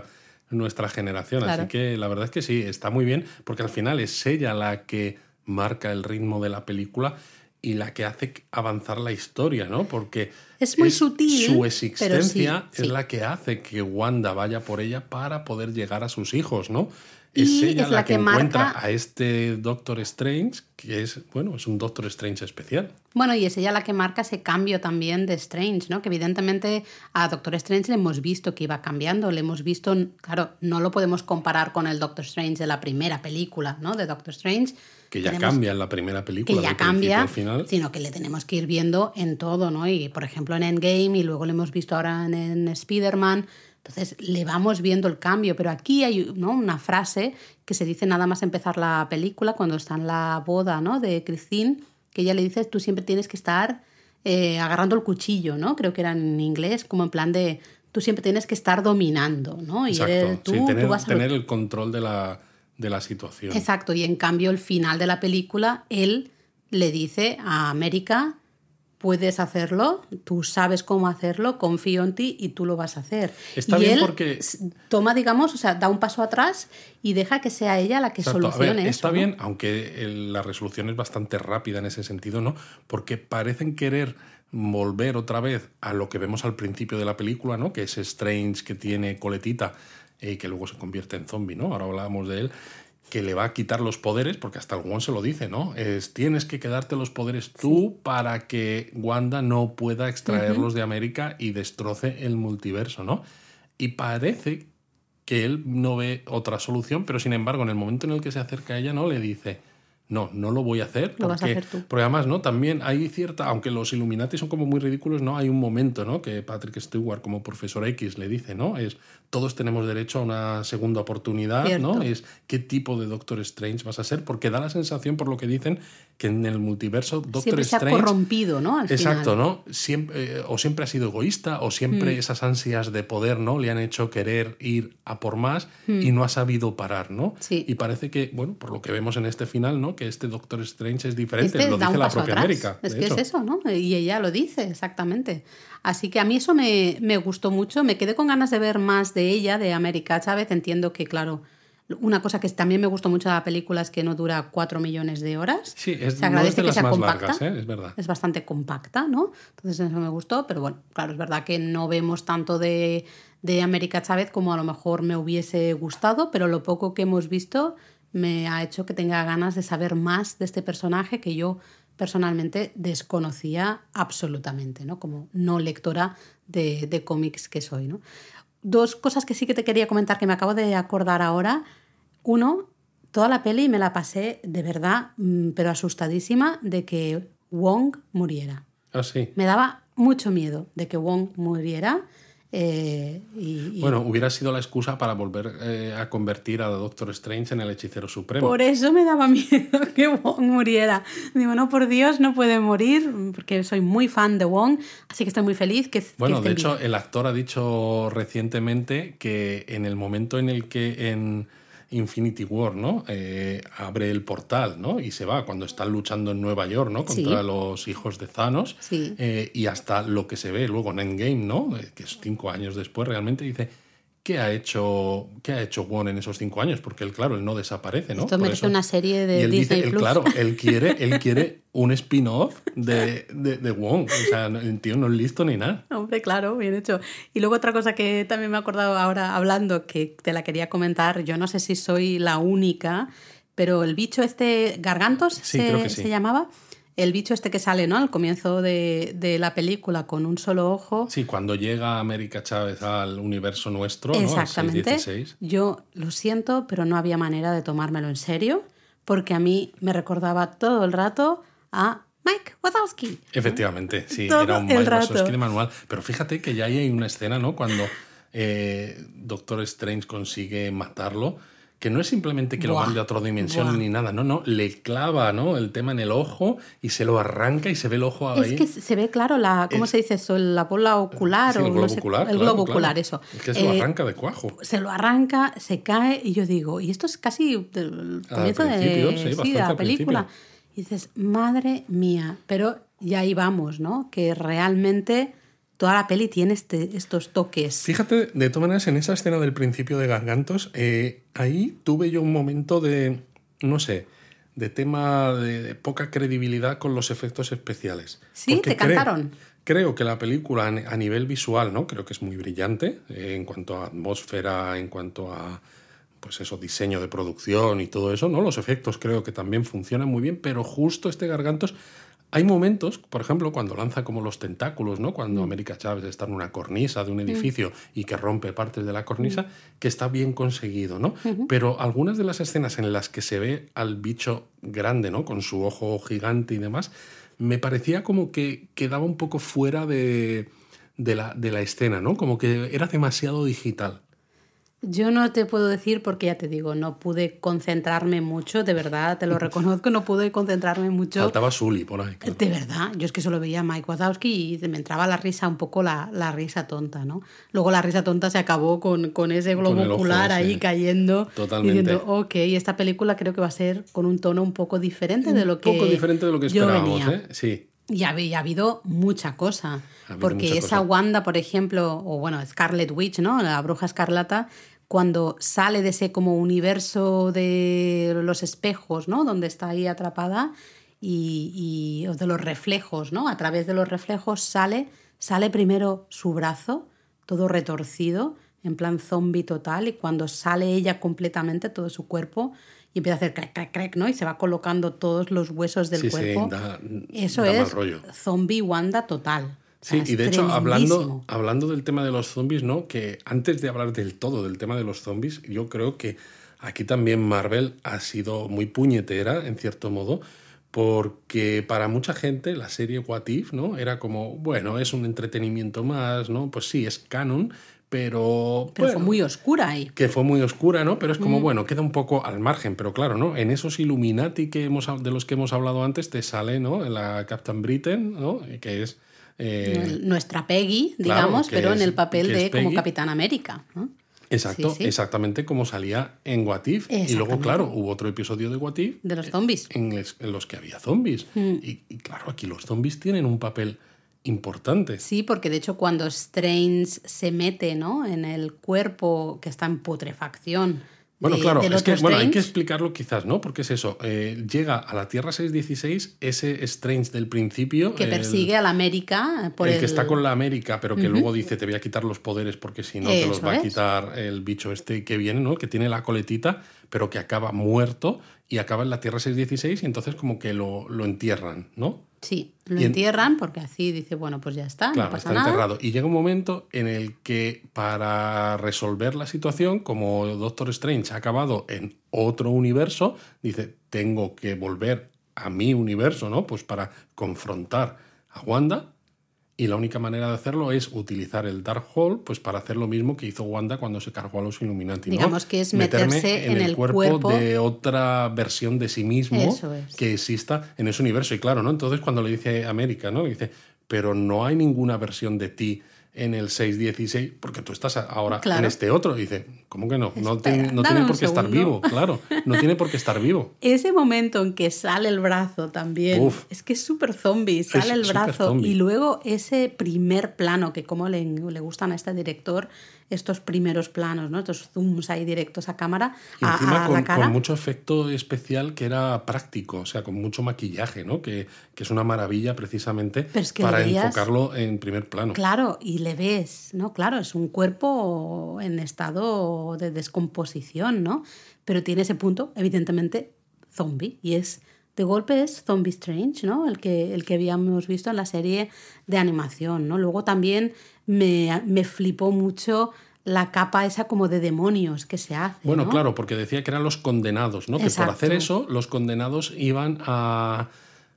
Speaker 1: nuestra generación.
Speaker 2: Claro.
Speaker 1: Así que la verdad es que sí, está muy bien, porque al final es ella la que marca el ritmo de la película y la que hace avanzar la historia, ¿no? Porque
Speaker 2: es muy sutil,
Speaker 1: su existencia
Speaker 2: sí.
Speaker 1: es la que hace que Wanda vaya por ella para poder llegar a sus hijos, ¿no? Es ella
Speaker 2: es
Speaker 1: la que encuentra
Speaker 2: marca...
Speaker 1: a este Doctor Strange, que es un Doctor Strange especial.
Speaker 2: Bueno, y es ella la que marca ese cambio también de Strange, ¿no? Que evidentemente a Doctor Strange le hemos visto que iba cambiando, le hemos visto, claro, no lo podemos comparar con el Doctor Strange de la primera película, ¿no?, de Doctor Strange.
Speaker 1: Que ya cambia en la primera película.
Speaker 2: Que ya cambia,
Speaker 1: al final.
Speaker 2: Sino que le tenemos que ir viendo en todo, ¿no? Y por ejemplo en Endgame y luego lo hemos visto ahora en Spider-Man. Entonces le vamos viendo el cambio, pero aquí hay, ¿no?, una frase que se dice nada más empezar la película cuando está en la boda, ¿no?, de Christine, que ella le dice, tú siempre tienes que estar agarrando el cuchillo, ¿no? Creo que era en inglés, como en plan de tú siempre tienes que estar dominando, ¿no? Y
Speaker 1: exacto, tú vas a tener el control de la situación.
Speaker 2: Exacto, y en cambio el final de la película, él le dice a América, puedes hacerlo, tú sabes cómo hacerlo, confío en ti y tú lo vas a hacer.
Speaker 1: Está
Speaker 2: y
Speaker 1: bien
Speaker 2: él
Speaker 1: porque
Speaker 2: toma, digamos, o sea, da un paso atrás y deja que sea ella la que solucione eso.
Speaker 1: Está
Speaker 2: ¿no?
Speaker 1: bien, aunque la resolución es bastante rápida en ese sentido, ¿no? Porque parecen querer volver otra vez a lo que vemos al principio de la película, ¿no? Que es Strange que tiene coletita y que luego se convierte en zombie, ¿no? Ahora hablábamos de él, que le va a quitar los poderes, porque hasta el Wong se lo dice, ¿no? Tienes que quedarte los poderes tú para que Wanda no pueda extraerlos de América y destroce el multiverso, ¿no? Y parece que él no ve otra solución, pero sin embargo, en el momento en el que se acerca a ella, ¿no?, le dice, no lo voy a hacer.
Speaker 2: Lo vas a hacer tú.
Speaker 1: Porque además, ¿no?, también hay cierta, aunque los Illuminati son como muy ridículos, ¿no?, hay un momento, ¿no?, que Patrick Stewart como Profesor X le dice, ¿no?, todos tenemos derecho a una segunda oportunidad,
Speaker 2: cierto.
Speaker 1: ¿no? Es qué tipo de Doctor Strange vas a ser, porque da la sensación, por lo que dicen, que en el multiverso Doctor
Speaker 2: siempre
Speaker 1: Strange...
Speaker 2: se ha corrompido, ¿no? Al
Speaker 1: Exacto,
Speaker 2: final.
Speaker 1: ¿no? Siempre, o siempre ha sido egoísta, o siempre esas ansias de poder, ¿no? Le han hecho querer ir a por más y no ha sabido parar, ¿no?
Speaker 2: Sí.
Speaker 1: Y parece que, bueno, por lo que vemos en este final, ¿no? Que este Doctor Strange es diferente,
Speaker 2: Este
Speaker 1: lo
Speaker 2: da
Speaker 1: dice
Speaker 2: un
Speaker 1: la
Speaker 2: paso
Speaker 1: propia
Speaker 2: atrás.
Speaker 1: América.
Speaker 2: Es
Speaker 1: de
Speaker 2: que
Speaker 1: hecho.
Speaker 2: es eso, ¿no? Y ella lo dice, exactamente. Así que a mí eso me gustó mucho. Me quedé con ganas de ver más de ella, de América Chávez. Entiendo que, claro, una cosa que también me gustó mucho de la película es que no dura 4 millones de horas.
Speaker 1: Sí,
Speaker 2: Se
Speaker 1: no es
Speaker 2: agradece
Speaker 1: de
Speaker 2: que
Speaker 1: las
Speaker 2: sea
Speaker 1: más
Speaker 2: compacta.
Speaker 1: largas, es verdad.
Speaker 2: Es bastante compacta, ¿no? Entonces eso me gustó, pero bueno, claro, es verdad que no vemos tanto de América Chávez como a lo mejor me hubiese gustado, pero lo poco que hemos visto me ha hecho que tenga ganas de saber más de este personaje que yo personalmente desconocía absolutamente, ¿no? Como no lectora de cómics que soy, ¿no? Dos cosas que sí que te quería comentar que me acabo de acordar ahora. Uno, toda la peli me la pasé de verdad, pero asustadísima de que Wong muriera.
Speaker 1: Ah, sí.
Speaker 2: Me daba mucho miedo de que Wong muriera.
Speaker 1: Bueno, hubiera sido la excusa para volver a convertir a Doctor Strange en el hechicero supremo.
Speaker 2: Por eso me daba miedo que Wong muriera. Digo, no, por Dios, no puede morir, porque soy muy fan de Wong, así que estoy muy feliz que
Speaker 1: Bueno,
Speaker 2: esté
Speaker 1: de hecho,
Speaker 2: bien.
Speaker 1: el actor ha dicho recientemente que en el momento en el que en Infinity War, ¿no? Abre el portal, ¿no? Y se va cuando están luchando en Nueva York, ¿no? Contra
Speaker 2: Sí.
Speaker 1: los hijos de Thanos.
Speaker 2: Sí.
Speaker 1: Y hasta lo que se ve luego en Endgame, ¿no? Que es 5 años después, realmente dice... ¿Qué ha hecho Wong en esos 5 años? Porque él, claro, él no desaparece, ¿no?
Speaker 2: Esto
Speaker 1: Por
Speaker 2: merece
Speaker 1: eso.
Speaker 2: una serie de
Speaker 1: Y él
Speaker 2: Disney
Speaker 1: dice,
Speaker 2: Plus.
Speaker 1: claro, él quiere un spin-off de Wong. O sea, el tío no es listo ni nada.
Speaker 2: Hombre, claro, bien hecho. Y luego otra cosa que también me he acordado ahora hablando, que te la quería comentar, yo no sé si soy la única, pero el bicho este, Gargantos,
Speaker 1: Sí, creo que sí.
Speaker 2: se llamaba, el bicho este que sale, ¿no? Al comienzo de la película con un solo ojo.
Speaker 1: Sí, cuando llega América Chávez al universo nuestro, ¿no? Al
Speaker 2: Exactamente.
Speaker 1: 616.
Speaker 2: Yo lo siento, pero no había manera de tomármelo en serio, porque a mí me recordaba todo el rato a Mike Wazowski.
Speaker 1: Efectivamente, sí,
Speaker 2: Todo
Speaker 1: era un
Speaker 2: el
Speaker 1: Mike
Speaker 2: rato.
Speaker 1: Wazowski de manual. Pero fíjate que ya ahí hay una escena, ¿no? Cuando Doctor Strange consigue matarlo, que no es simplemente que lo
Speaker 2: Buah,
Speaker 1: mande a otra dimensión
Speaker 2: buah.
Speaker 1: ni nada, no, le clava, ¿no? El tema en el ojo y se lo arranca y se ve el ojo ahí.
Speaker 2: Es que se ve claro ¿cómo se dice eso? La bola ocular
Speaker 1: Sí, el
Speaker 2: o
Speaker 1: globo
Speaker 2: no sé,
Speaker 1: ocular.
Speaker 2: el
Speaker 1: claro,
Speaker 2: globo
Speaker 1: claro.
Speaker 2: ocular, eso.
Speaker 1: Es que se lo arranca de cuajo.
Speaker 2: Se lo arranca, se cae y yo digo, y esto es casi del comienzo
Speaker 1: principio,
Speaker 2: de
Speaker 1: bastante
Speaker 2: la
Speaker 1: al
Speaker 2: película.
Speaker 1: principio.
Speaker 2: Y dices, madre mía, pero ya ahí vamos, ¿no? Que realmente toda la peli tiene estos toques.
Speaker 1: Fíjate, de todas maneras, en esa escena del principio de Gargantos, ahí tuve yo un momento de, no sé, de tema de poca credibilidad con los efectos especiales.
Speaker 2: ¿Sí?
Speaker 1: Porque
Speaker 2: ¿Te cantaron?
Speaker 1: Creo que la película a nivel visual, ¿no? Creo que es muy brillante en cuanto a atmósfera, en cuanto a pues eso, diseño de producción y todo eso, ¿no? Los efectos creo que también funcionan muy bien, pero justo este Gargantos, hay momentos, por ejemplo, cuando lanza como los tentáculos, ¿no? Cuando América Chávez está en una cornisa de un edificio y que rompe partes de la cornisa, que está bien conseguido, ¿no? Pero algunas de las escenas en las que se ve al bicho grande, ¿no? Con su ojo gigante y demás, me parecía como que quedaba un poco fuera de la escena, ¿no? Como que era demasiado digital.
Speaker 2: Yo no te puedo decir porque ya te digo, no pude concentrarme mucho, de verdad, te lo reconozco, no pude concentrarme mucho.
Speaker 1: Faltaba Sully por ahí. Claro.
Speaker 2: De verdad, yo es que solo veía a Mike Wazowski y me entraba la risa, un poco la risa tonta, ¿no? Luego la risa tonta se acabó con ese globo
Speaker 1: el ojo,
Speaker 2: ocular ahí
Speaker 1: sí.
Speaker 2: cayendo.
Speaker 1: Totalmente.
Speaker 2: Diciendo, ok, esta película creo que va a ser con un tono un poco diferente de lo que
Speaker 1: Un poco diferente de lo que
Speaker 2: yo
Speaker 1: esperábamos,
Speaker 2: venía.
Speaker 1: ¿eh? Sí.
Speaker 2: Y ha habido mucha cosa.
Speaker 1: Ha habido
Speaker 2: Porque
Speaker 1: mucha
Speaker 2: esa
Speaker 1: cosa.
Speaker 2: Wanda, por ejemplo, o bueno, Scarlet Witch, ¿no? La bruja escarlata, cuando sale de ese como universo de los espejos, ¿no? Donde está ahí atrapada o de los reflejos, ¿no? A través de los reflejos sale primero su brazo, todo retorcido, en plan zombie total, y cuando sale ella completamente, todo su cuerpo, y empieza a hacer crack, crack, crack, ¿no? Y se va colocando todos los huesos del
Speaker 1: Sí,
Speaker 2: cuerpo. Eso
Speaker 1: da mal
Speaker 2: es
Speaker 1: rollo.
Speaker 2: zombie Wanda total. O sea,
Speaker 1: Sí, y
Speaker 2: es
Speaker 1: de hecho,
Speaker 2: tremendísimo.
Speaker 1: hablando del tema de los zombies, ¿no? Que antes de hablar del todo del tema de los zombies, yo creo que aquí también Marvel ha sido muy puñetera, en cierto modo, porque para mucha gente la serie What If, ¿no? Era como, bueno, es un entretenimiento más, ¿no? Pues sí, es canon, pero
Speaker 2: fue muy oscura ahí.
Speaker 1: Que fue muy oscura, ¿no? Pero es como, bueno, queda un poco al margen. Pero claro, ¿no? En esos Illuminati de los que hemos hablado antes te sale, ¿no? La Captain Britain, ¿no? Que es...
Speaker 2: nuestra Peggy,
Speaker 1: claro,
Speaker 2: digamos, pero en el papel de
Speaker 1: Peggy,
Speaker 2: como Capitán América, ¿no?
Speaker 1: Exacto, sí. Exactamente como salía en What If. Y luego, claro, hubo otro episodio de What If.
Speaker 2: De los zombies.
Speaker 1: En los que había zombies. Y claro, aquí los zombies tienen un papel importante.
Speaker 2: Sí, porque de hecho cuando Strange se mete, ¿no? en el cuerpo que está en putrefacción.
Speaker 1: Bueno, claro, es que hay que explicarlo quizás, ¿no? Porque es eso, llega a la Tierra 616 ese Strange del principio...
Speaker 2: Que persigue a la América por
Speaker 1: el que está con la América, pero que luego dice, te voy a quitar los poderes porque si no te los va a quitar el bicho este que viene, ¿no? Que tiene la coletita, pero que acaba muerto y acaba en la Tierra 616 y entonces como que lo entierran, ¿no?
Speaker 2: Sí, lo entierran porque así dice, bueno, pues ya está,
Speaker 1: claro,
Speaker 2: no pasa
Speaker 1: está
Speaker 2: nada.
Speaker 1: Enterrado. Y llega un momento en el que para resolver la situación, como Doctor Strange ha acabado en otro universo, dice, tengo que volver a mi universo, ¿no? Pues para confrontar a Wanda. Y la única manera de hacerlo es utilizar el Darkhold pues para hacer lo mismo que hizo Wanda cuando se cargó a los Illuminati, ¿no?
Speaker 2: Digamos que es meterse en el cuerpo
Speaker 1: de otra versión de sí mismo que exista en ese universo. Y claro, ¿no? Entonces cuando le dice América, ¿no? Le dice, pero no hay ninguna versión de ti en el 616 porque tú estás ahora en este otro. Y dice, ¿cómo que no? No tiene por qué estar vivo, claro. No tiene por qué estar vivo.
Speaker 2: Ese momento en que sale el brazo también, es que es súper zombie, sale el brazo y luego ese primer plano que como le gustan a este director, estos primeros planos, ¿no? Estos zooms ahí directos a cámara,
Speaker 1: y encima
Speaker 2: a la cara.
Speaker 1: Con mucho efecto especial que era práctico, o sea, con mucho maquillaje, ¿no? Que es una maravilla precisamente para enfocarlo en primer plano.
Speaker 2: Claro, y le ves, ¿no? Claro, es un cuerpo en estado de descomposición, ¿no? Pero tiene ese punto, evidentemente, zombie, y de golpe es Zombie Strange, ¿no? El que habíamos visto en la serie de animación, ¿no? Luego también me flipó mucho la capa esa como de demonios que se hace.
Speaker 1: Bueno,
Speaker 2: ¿no?
Speaker 1: claro, porque decía que eran los condenados, ¿no?
Speaker 2: Exacto.
Speaker 1: Que por hacer eso, los condenados iban a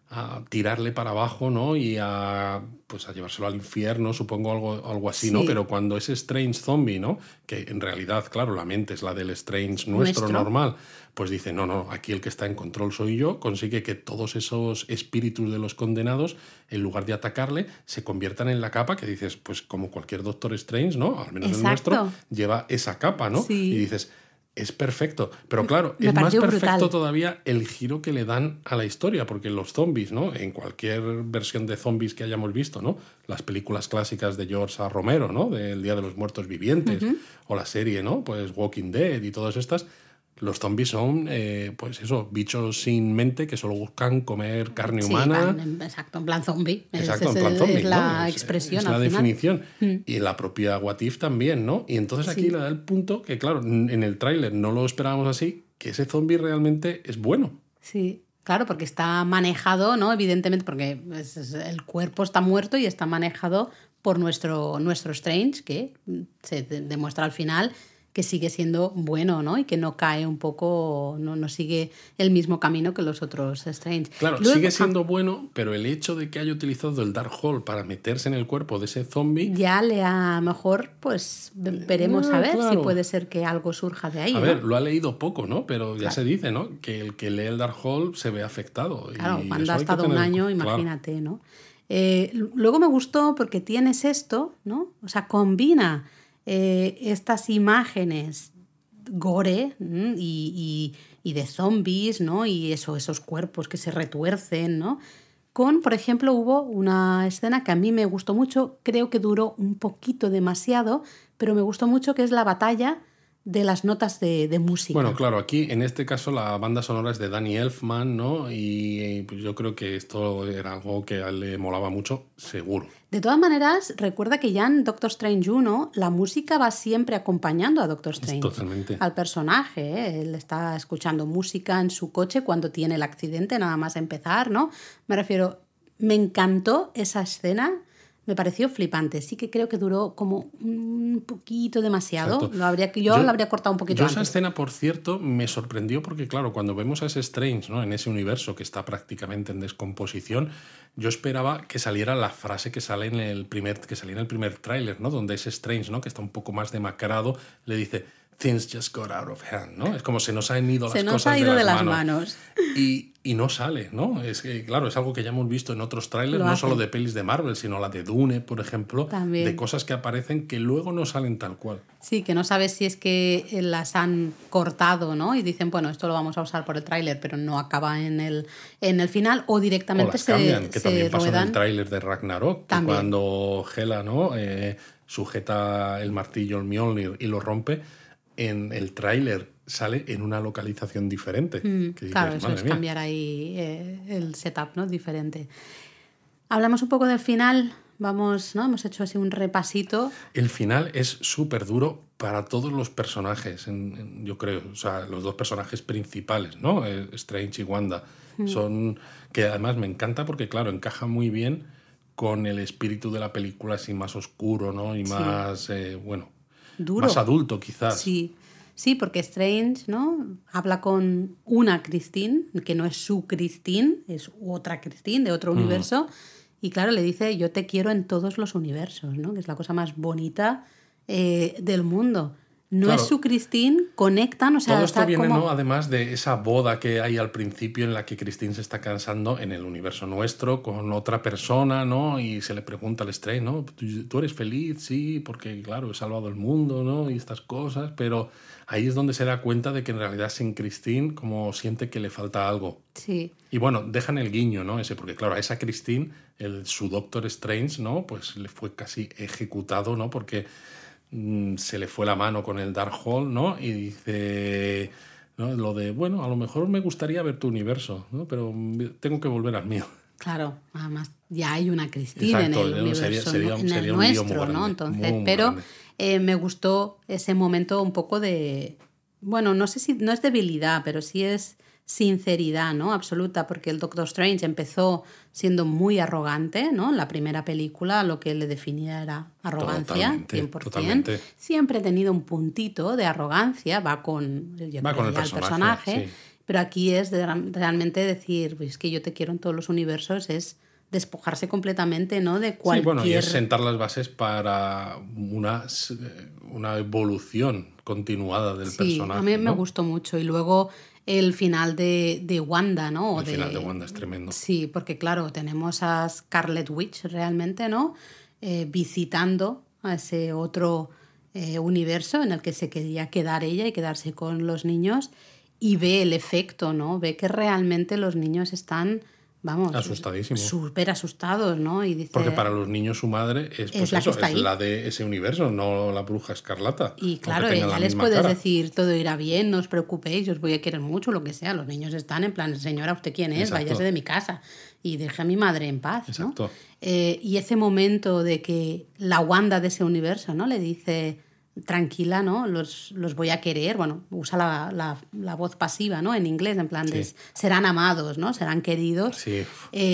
Speaker 1: tirarle para abajo, ¿no? Y a llevárselo al infierno, supongo, algo así, sí. ¿no? Pero cuando ese Strange zombie, ¿no? Que en realidad, claro, la mente es la del Strange nuestro normal, pues dice, no, aquí el que está en control soy yo, consigue que todos esos espíritus de los condenados, en lugar de atacarle, se conviertan en la capa que dices, pues como cualquier Doctor Strange, ¿no? Al menos el nuestro, lleva esa capa, ¿no?
Speaker 2: Sí.
Speaker 1: Y dices... Es perfecto, pero claro, es más perfecto brutal. Todavía el giro que le dan a la historia, porque los zombies, ¿no? En cualquier versión de zombies que hayamos visto, ¿no? Las películas clásicas de George A. Romero, ¿no? Del Día de los Muertos Vivientes, o la serie, ¿no? Pues Walking Dead y todas estas. Los zombies son, bichos sin mente que solo buscan comer carne humana.
Speaker 2: Exacto, en plan zombie.
Speaker 1: Exacto, en plan zombie.
Speaker 2: Es la expresión.
Speaker 1: Es la definición. Y la propia What If también, ¿no? Y entonces aquí le da el punto que, claro, en el tráiler no lo esperábamos así, que ese zombie realmente es bueno.
Speaker 2: Sí. Claro, porque está manejado, ¿no? Evidentemente, porque el cuerpo está muerto y está manejado por nuestro Strange, que se demuestra al final que sigue siendo bueno, ¿no? Y que no cae un poco, no sigue el mismo camino que los otros Strange.
Speaker 1: Claro, luego, sigue siendo bueno, pero el hecho de que haya utilizado el Darkhold para meterse en el cuerpo de ese zombie...
Speaker 2: Ya a lo mejor, pues, veremos a ver si puede ser que algo surja de ahí.
Speaker 1: A ver, lo ha leído poco, ¿no? Pero ya se dice, ¿no? Que el que lee el Darkhold se ve afectado.
Speaker 2: Claro, cuando ha estado un año, imagínate, ¿no? Luego me gustó porque tienes esto, ¿no? O sea, combina... estas imágenes gore y de zombies, ¿no? Y esos cuerpos que se retuercen, ¿no? Por ejemplo, hubo una escena que a mí me gustó mucho, creo que duró un poquito demasiado, pero me gustó mucho, que es la batalla de las notas de música.
Speaker 1: Bueno, claro, aquí en este caso la banda sonora es de Danny Elfman, ¿no? Y pues yo creo que esto era algo que a él le molaba mucho, seguro.
Speaker 2: De todas maneras, recuerda que ya en Doctor Strange 1 la música va siempre acompañando a Doctor Strange.
Speaker 1: Totalmente.
Speaker 2: Al personaje, ¿eh? Él está escuchando música en su coche cuando tiene el accidente, nada más empezar, ¿no? Me refiero, me encantó esa escena. Me pareció flipante. Sí que creo que duró como un poquito demasiado.
Speaker 1: Exacto.
Speaker 2: Yo lo habría cortado un poquito antes.
Speaker 1: Esa escena, por cierto, me sorprendió porque, claro, cuando vemos a ese Strange, ¿no?, en ese universo que está prácticamente en descomposición, yo esperaba que saliera la frase que salía en el primer tráiler, ¿no?, donde ese Strange, ¿no?, que está un poco más demacrado, le dice "Things just got out of hand", ¿no? Es como se nos han ido las cosas
Speaker 2: de las manos.
Speaker 1: Y no sale, ¿no? Es que, claro, es algo que ya hemos visto en otros trailers, no solo de pelis de Marvel, sino la de Dune, por ejemplo,
Speaker 2: también.
Speaker 1: De cosas que aparecen que luego no salen tal cual.
Speaker 2: Sí, que no sabes si es que las han cortado, ¿no? Y dicen, bueno, esto lo vamos a usar por el tráiler, pero no acaba en el final, o directamente
Speaker 1: o las cambian, que también pasó en
Speaker 2: ruedan.
Speaker 1: el tráiler de Ragnarok, que cuando Hela, ¿no?, sujeta el martillo, el Mjolnir, y lo rompe, en el tráiler sale en una localización diferente. Que dices,
Speaker 2: claro, eso es cambiar ahí el setup, ¿no?, diferente. Hablamos un poco del final, vamos, ¿no? Hemos hecho así un repasito.
Speaker 1: El final es súper duro para todos los personajes, yo creo. O sea, los dos personajes principales, ¿no? Strange y Wanda. Son que además me encanta porque, claro, encaja muy bien con el espíritu de la película, así más oscuro, ¿no? Y más,
Speaker 2: duro.
Speaker 1: Más adulto, quizás.
Speaker 2: Sí, porque Strange, ¿no?, habla con una Christine, que no es su Christine, es otra Christine de otro universo, y claro, le dice, yo te quiero en todos los universos, ¿no?, que es la cosa más bonita del mundo. No claro, es su Christine, conectan, o sea,
Speaker 1: todo esto viene,
Speaker 2: como...
Speaker 1: ¿no?, además de esa boda que hay al principio en la que Christine se está casando en el universo nuestro con otra persona, ¿no? Y se le pregunta al Strange, ¿no?, ¿tú eres feliz? Sí, porque claro, he salvado el mundo, ¿no?, y estas cosas, pero ahí es donde se da cuenta de que en realidad sin Christine como siente que le falta algo.
Speaker 2: Sí.
Speaker 1: Y bueno, dejan el guiño, ¿no?, ese, porque claro, a esa Christine, su Doctor Strange, ¿no?, pues le fue casi ejecutado, ¿no?, porque se le fue la mano con el Darkhold, ¿no? Y dice, ¿no?, lo de, bueno, a lo mejor me gustaría ver tu universo, ¿no?, pero tengo que volver al mío.
Speaker 2: Claro, además ya hay una Cristina en el universo,
Speaker 1: sería
Speaker 2: en el
Speaker 1: un
Speaker 2: nuestro, ¿no? Entonces, pero me gustó ese momento un poco de, bueno, no sé si no es debilidad, pero sí es sinceridad, ¿no?, absoluta, porque el Doctor Strange empezó siendo muy arrogante, ¿no? En la primera película lo que le definía era arrogancia, 100%.
Speaker 1: Totalmente.
Speaker 2: Siempre he tenido un puntito de arrogancia, va con el personaje, sí. Pero aquí es realmente decir, pues es que yo te quiero en todos los universos, es despojarse completamente, ¿no?, de cualquier...
Speaker 1: Sí, bueno, y es sentar las bases para una evolución continuada del personaje.
Speaker 2: A mí me gustó mucho. Y luego el final de Wanda, ¿no?
Speaker 1: El final de Wanda es tremendo.
Speaker 2: Sí, porque claro, tenemos a Scarlet Witch realmente, ¿no?, visitando a ese otro universo en el que se quería quedar ella y quedarse con los niños, y ve el efecto, ¿no? Ve que realmente los niños están... Vamos,
Speaker 1: asustadísimos.
Speaker 2: Súper asustados, ¿no? Y dice,
Speaker 1: porque para los niños su madre es, pues es la de ese universo, no la bruja escarlata.
Speaker 2: Y claro, ella les puede decir, todo irá bien, no os preocupéis, os voy a querer mucho, lo que sea. Los niños están en plan, señora, ¿usted quién es?
Speaker 1: Exacto.
Speaker 2: Váyase de mi casa y deje a mi madre en paz, ¿no?
Speaker 1: Exacto.
Speaker 2: Y ese momento de que la Wanda de ese universo, ¿no?, le dice, tranquila, ¿no?, los voy a querer, bueno, usa la voz pasiva, ¿no?, en inglés, en plan de serán amados, ¿no?, serán queridos.
Speaker 1: Sí.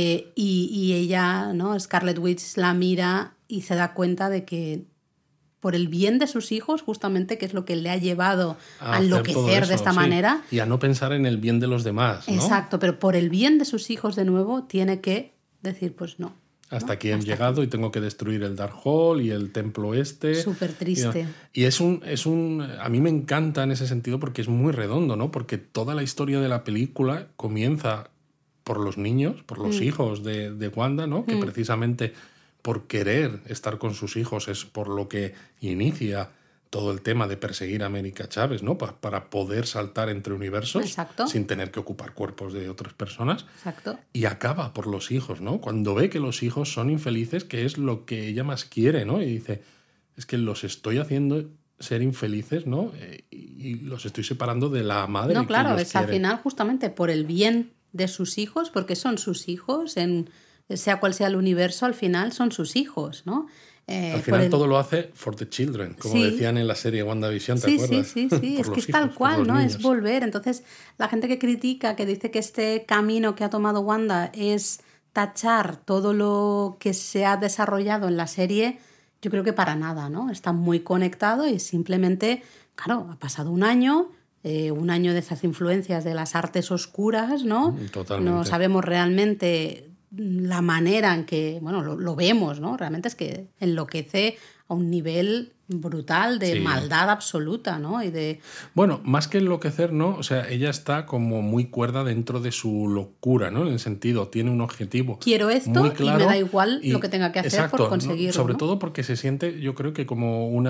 Speaker 2: Y ella, ¿no?, Scarlet Witch la mira y se da cuenta de que por el bien de sus hijos, justamente, que es lo que le ha llevado a enloquecer de esta manera.
Speaker 1: Y a no pensar en el bien de los demás, ¿no?
Speaker 2: Exacto, pero por el bien de sus hijos, de nuevo, tiene que decir, pues no.
Speaker 1: Hasta aquí he llegado y tengo que destruir el Darkhold y el templo este.
Speaker 2: Súper triste.
Speaker 1: Y es un... A mí me encanta en ese sentido porque es muy redondo, ¿no? Porque toda la historia de la película comienza por los niños, por los hijos de Wanda, ¿no? Que precisamente por querer estar con sus hijos es por lo que inicia todo el tema de perseguir a América Chávez, ¿no? Para poder saltar entre universos.
Speaker 2: Exacto.
Speaker 1: Sin tener que ocupar cuerpos de otras personas.
Speaker 2: Exacto.
Speaker 1: Y acaba por los hijos, ¿no? Cuando ve que los hijos son infelices, que es lo que ella más quiere, ¿no? Y dice, es que los estoy haciendo ser infelices, ¿no? Y los estoy separando de la madre.
Speaker 2: No, claro,
Speaker 1: que los
Speaker 2: es
Speaker 1: quiere.
Speaker 2: Al final justamente por el bien de sus hijos, porque son sus hijos, sea cual sea el universo, al final son sus hijos, ¿no?
Speaker 1: Al final todo lo hace for the children, como decían en la serie WandaVision, ¿te acuerdas?
Speaker 2: Sí, es que es tal cual, ¿no?
Speaker 1: Niños.
Speaker 2: Es volver. Entonces, la gente que critica, que dice que este camino que ha tomado Wanda es tachar todo lo que se ha desarrollado en la serie, Yo creo que para nada, ¿no? Está muy conectado y simplemente, claro, ha pasado un año de esas influencias de las artes oscuras, ¿no?
Speaker 1: Totalmente.
Speaker 2: No sabemos realmente la manera en que, bueno, lo vemos, ¿no? Realmente es que enloquece a un nivel brutal de maldad absoluta, ¿no? Y de...
Speaker 1: Bueno, más que enloquecer, ¿no? O sea, ella está como muy cuerda dentro de su locura, ¿no? En el sentido, tiene un objetivo
Speaker 2: quiero esto
Speaker 1: muy claro
Speaker 2: y me da igual lo que tenga que hacer
Speaker 1: exacto,
Speaker 2: por conseguirlo,
Speaker 1: ¿no? Sobre
Speaker 2: ¿no?
Speaker 1: todo porque se siente, yo creo que como un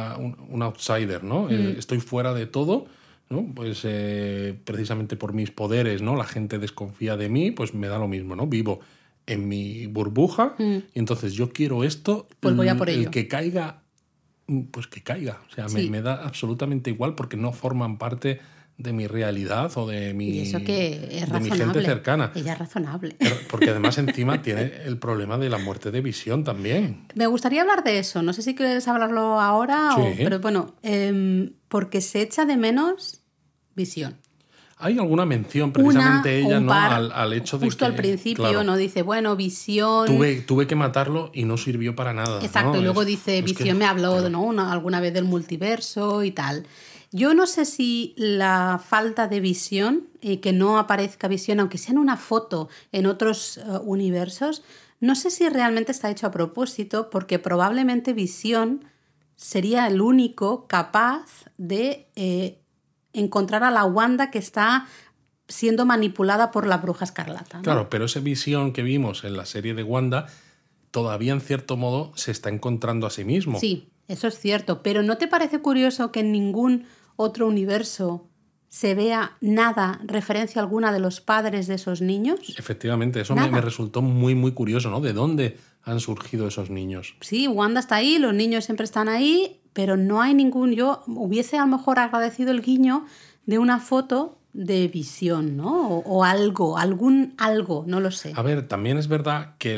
Speaker 1: outsider, ¿no? Estoy fuera de todo, ¿no? Pues precisamente por mis poderes, ¿no? La gente desconfía de mí, pues me da lo mismo, ¿no? Vivo en mi burbuja y entonces yo quiero esto,
Speaker 2: Pues voy a por
Speaker 1: el
Speaker 2: ello.
Speaker 1: que caiga, pues que caiga. O sea,
Speaker 2: Sí.
Speaker 1: me da absolutamente igual porque no forman parte de mi realidad o de mi,
Speaker 2: Y eso que es
Speaker 1: de mi
Speaker 2: razonable.
Speaker 1: gente cercana.
Speaker 2: Ella es razonable.
Speaker 1: Porque además encima tiene el problema de la muerte de Visión también.
Speaker 2: Me gustaría hablar de eso. No sé si quieres hablarlo ahora,
Speaker 1: Sí.
Speaker 2: pero bueno, porque se echa de menos Visión.
Speaker 1: Hay alguna mención precisamente
Speaker 2: Una o
Speaker 1: ella,
Speaker 2: un
Speaker 1: ¿no?
Speaker 2: par,
Speaker 1: Al hecho de que...
Speaker 2: justo al principio,
Speaker 1: claro,
Speaker 2: ¿no? Dice, bueno, Visión...
Speaker 1: tuve que matarlo y no sirvió para nada.
Speaker 2: Exacto,
Speaker 1: ¿no?
Speaker 2: y luego dice, Visión me habló,
Speaker 1: claro.
Speaker 2: ¿no? Alguna vez del multiverso y tal. Yo no sé si la falta de Visión, que no aparezca Visión, aunque sea en una foto en otros universos, no sé si realmente está hecho a propósito, porque probablemente Visión sería el único capaz de encontrar a la Wanda que está siendo manipulada por la Bruja Escarlata, ¿no?
Speaker 1: Claro, pero esa Visión que vimos en la serie de Wanda todavía en cierto modo se está encontrando a sí mismo.
Speaker 2: Sí, eso es cierto, pero ¿no te parece curioso que en ningún otro universo se vea nada, referencia alguna de los padres de esos niños?
Speaker 1: Efectivamente, eso me resultó muy, muy curioso, ¿no? ¿De dónde han surgido esos niños?
Speaker 2: Sí, Wanda está ahí, los niños siempre están ahí, pero no hay ningún... Yo hubiese a lo mejor agradecido el guiño de una foto de Visión, ¿no? O algo, algo, no lo sé.
Speaker 1: A ver, también es verdad que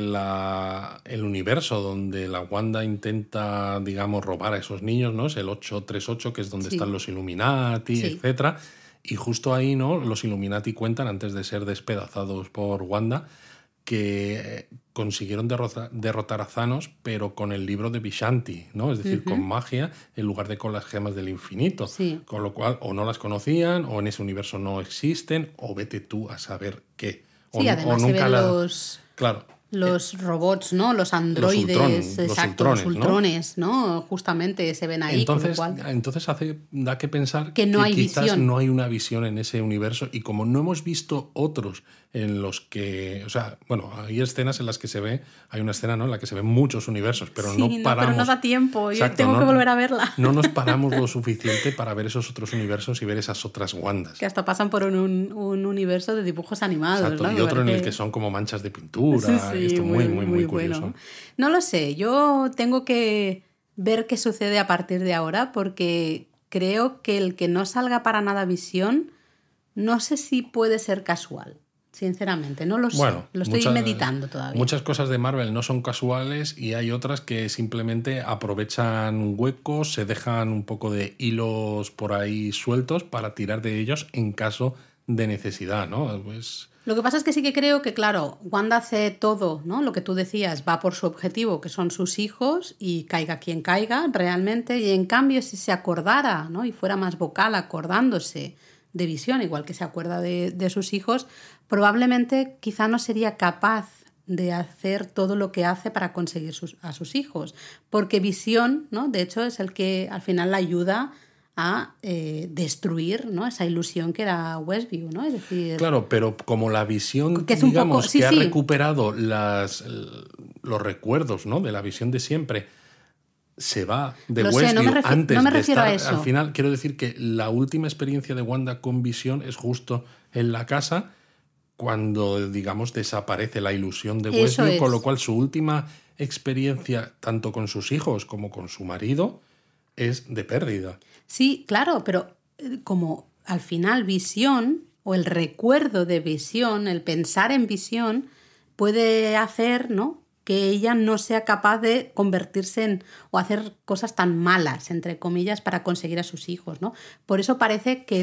Speaker 1: el universo donde la Wanda intenta, digamos, robar a esos niños, ¿no? Es el 838, que es donde están los Illuminati, etcétera. Y justo ahí, ¿no? Los Illuminati cuentan, antes de ser despedazados por Wanda, que consiguieron derrotar a Thanos, pero con el libro de Vishanti, ¿no? Es decir, con magia en lugar de con las gemas del infinito.
Speaker 2: Sí.
Speaker 1: Con lo cual, o no las conocían, o en ese universo no existen, o vete tú a saber qué.
Speaker 2: Sí, además se ven los robots, ¿no? Los androides, los ultrones, ¿no? Justamente se ven ahí.
Speaker 1: Entonces,
Speaker 2: con lo cual...
Speaker 1: entonces da que pensar
Speaker 2: que no hay
Speaker 1: quizás
Speaker 2: visión.
Speaker 1: No hay una visión en ese universo, y como no hemos visto otros en los que, o sea, bueno, hay escenas en las que se ve, hay una escena, ¿no? En la que se ven muchos universos, pero no paramos.
Speaker 2: Pero no da tiempo,
Speaker 1: Exacto,
Speaker 2: yo tengo que volver a verla.
Speaker 1: No nos paramos lo suficiente para ver esos otros universos y ver esas otras Wandas.
Speaker 2: Que hasta pasan por un universo de dibujos animados.
Speaker 1: Exacto,
Speaker 2: ¿no?
Speaker 1: Y otro en el que son como manchas de pintura.
Speaker 2: Sí,
Speaker 1: esto muy curioso.
Speaker 2: Bueno. No lo sé, yo tengo que ver qué sucede a partir de ahora, porque creo que el que no salga para nada Visión, no sé si puede ser casual. Sinceramente, no lo sé. Lo estoy meditando todavía.
Speaker 1: Muchas cosas de Marvel no son casuales y hay otras que simplemente aprovechan huecos, se dejan un poco de hilos por ahí sueltos para tirar de ellos en caso de necesidad, ¿no? Pues...
Speaker 2: Lo que pasa es que sí que creo que, claro, Wanda hace todo, ¿no? Lo que tú decías, va por su objetivo, que son sus hijos, y caiga quien caiga realmente. Y en cambio, si se acordara, ¿no? Y fuera más vocal acordándose de Visión, igual que se acuerda de sus hijos, probablemente quizá no sería capaz de hacer todo lo que hace para conseguir a sus hijos. Porque Visión, ¿no? De hecho, es el que al final la ayuda a destruir, ¿no? Esa ilusión que era Westview, ¿no? Es decir...
Speaker 1: Claro, pero como la Visión,
Speaker 2: que es
Speaker 1: digamos,
Speaker 2: poco, sí,
Speaker 1: que ha recuperado los recuerdos, ¿no? De la Visión de siempre, se va de Westview antes de estar...
Speaker 2: a eso.
Speaker 1: Al final, quiero decir que la última experiencia de Wanda con Visión es justo en la casa, cuando, digamos, desaparece la ilusión de Westview, con lo cual su última experiencia, tanto con sus hijos como con su marido, es de pérdida.
Speaker 2: Sí, claro, pero como al final Visión, o el recuerdo de Visión, el pensar en Visión, puede hacer, ¿no?, que ella no sea capaz de convertirse en o hacer cosas tan malas, entre comillas, para conseguir a sus hijos, ¿no? Por eso parece que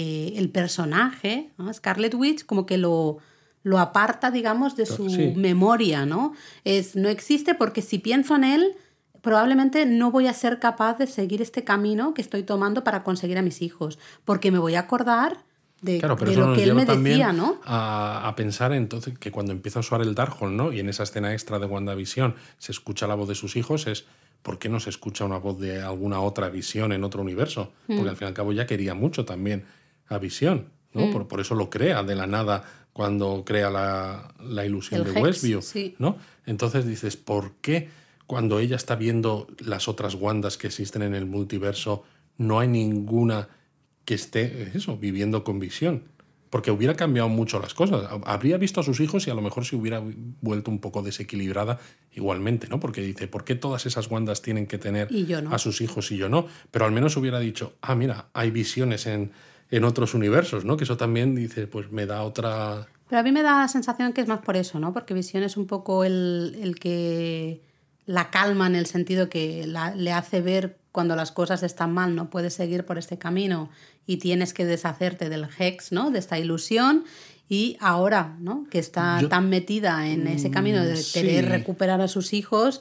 Speaker 2: el personaje, ¿no?, Scarlet Witch, como que lo aparta, digamos, de su memoria, ¿no? No existe porque si pienso en él, probablemente no voy a ser capaz de seguir este camino que estoy tomando para conseguir a mis hijos, porque me voy a acordar de lo que él me decía, ¿no?
Speaker 1: A pensar entonces que cuando empieza a usar el Darkhold, ¿no? Y en esa escena extra de WandaVision se escucha la voz de sus hijos, es ¿por qué no se escucha una voz de alguna otra Visión en otro universo? Porque al fin y al cabo ya quería mucho también a Visión, ¿no? Por eso lo crea de la nada cuando crea la ilusión
Speaker 2: El
Speaker 1: de
Speaker 2: Hex,
Speaker 1: Westview,
Speaker 2: sí.
Speaker 1: ¿no? Entonces dices, ¿por qué cuando ella está viendo las otras Wandas que existen en el multiverso no hay ninguna que esté viviendo con Visión? Porque hubiera cambiado mucho las cosas. Habría visto a sus hijos y a lo mejor se hubiera vuelto un poco desequilibrada igualmente, ¿no? Porque dice, ¿por qué todas esas Wandas tienen que tener
Speaker 2: Y yo no.
Speaker 1: a sus hijos y yo no? Pero al menos hubiera dicho, mira, hay visiones en otros universos, ¿no? Que eso también, dice, pues me da otra...
Speaker 2: Pero a mí me da la sensación que es más por eso, ¿no? Porque Visión es un poco el que la calma, en el sentido que le hace ver cuando las cosas están mal, no puedes seguir por este camino y tienes que deshacerte del Hex, ¿no? De esta ilusión. Y ahora, ¿no? Que está tan metida en ese camino de querer recuperar a sus hijos,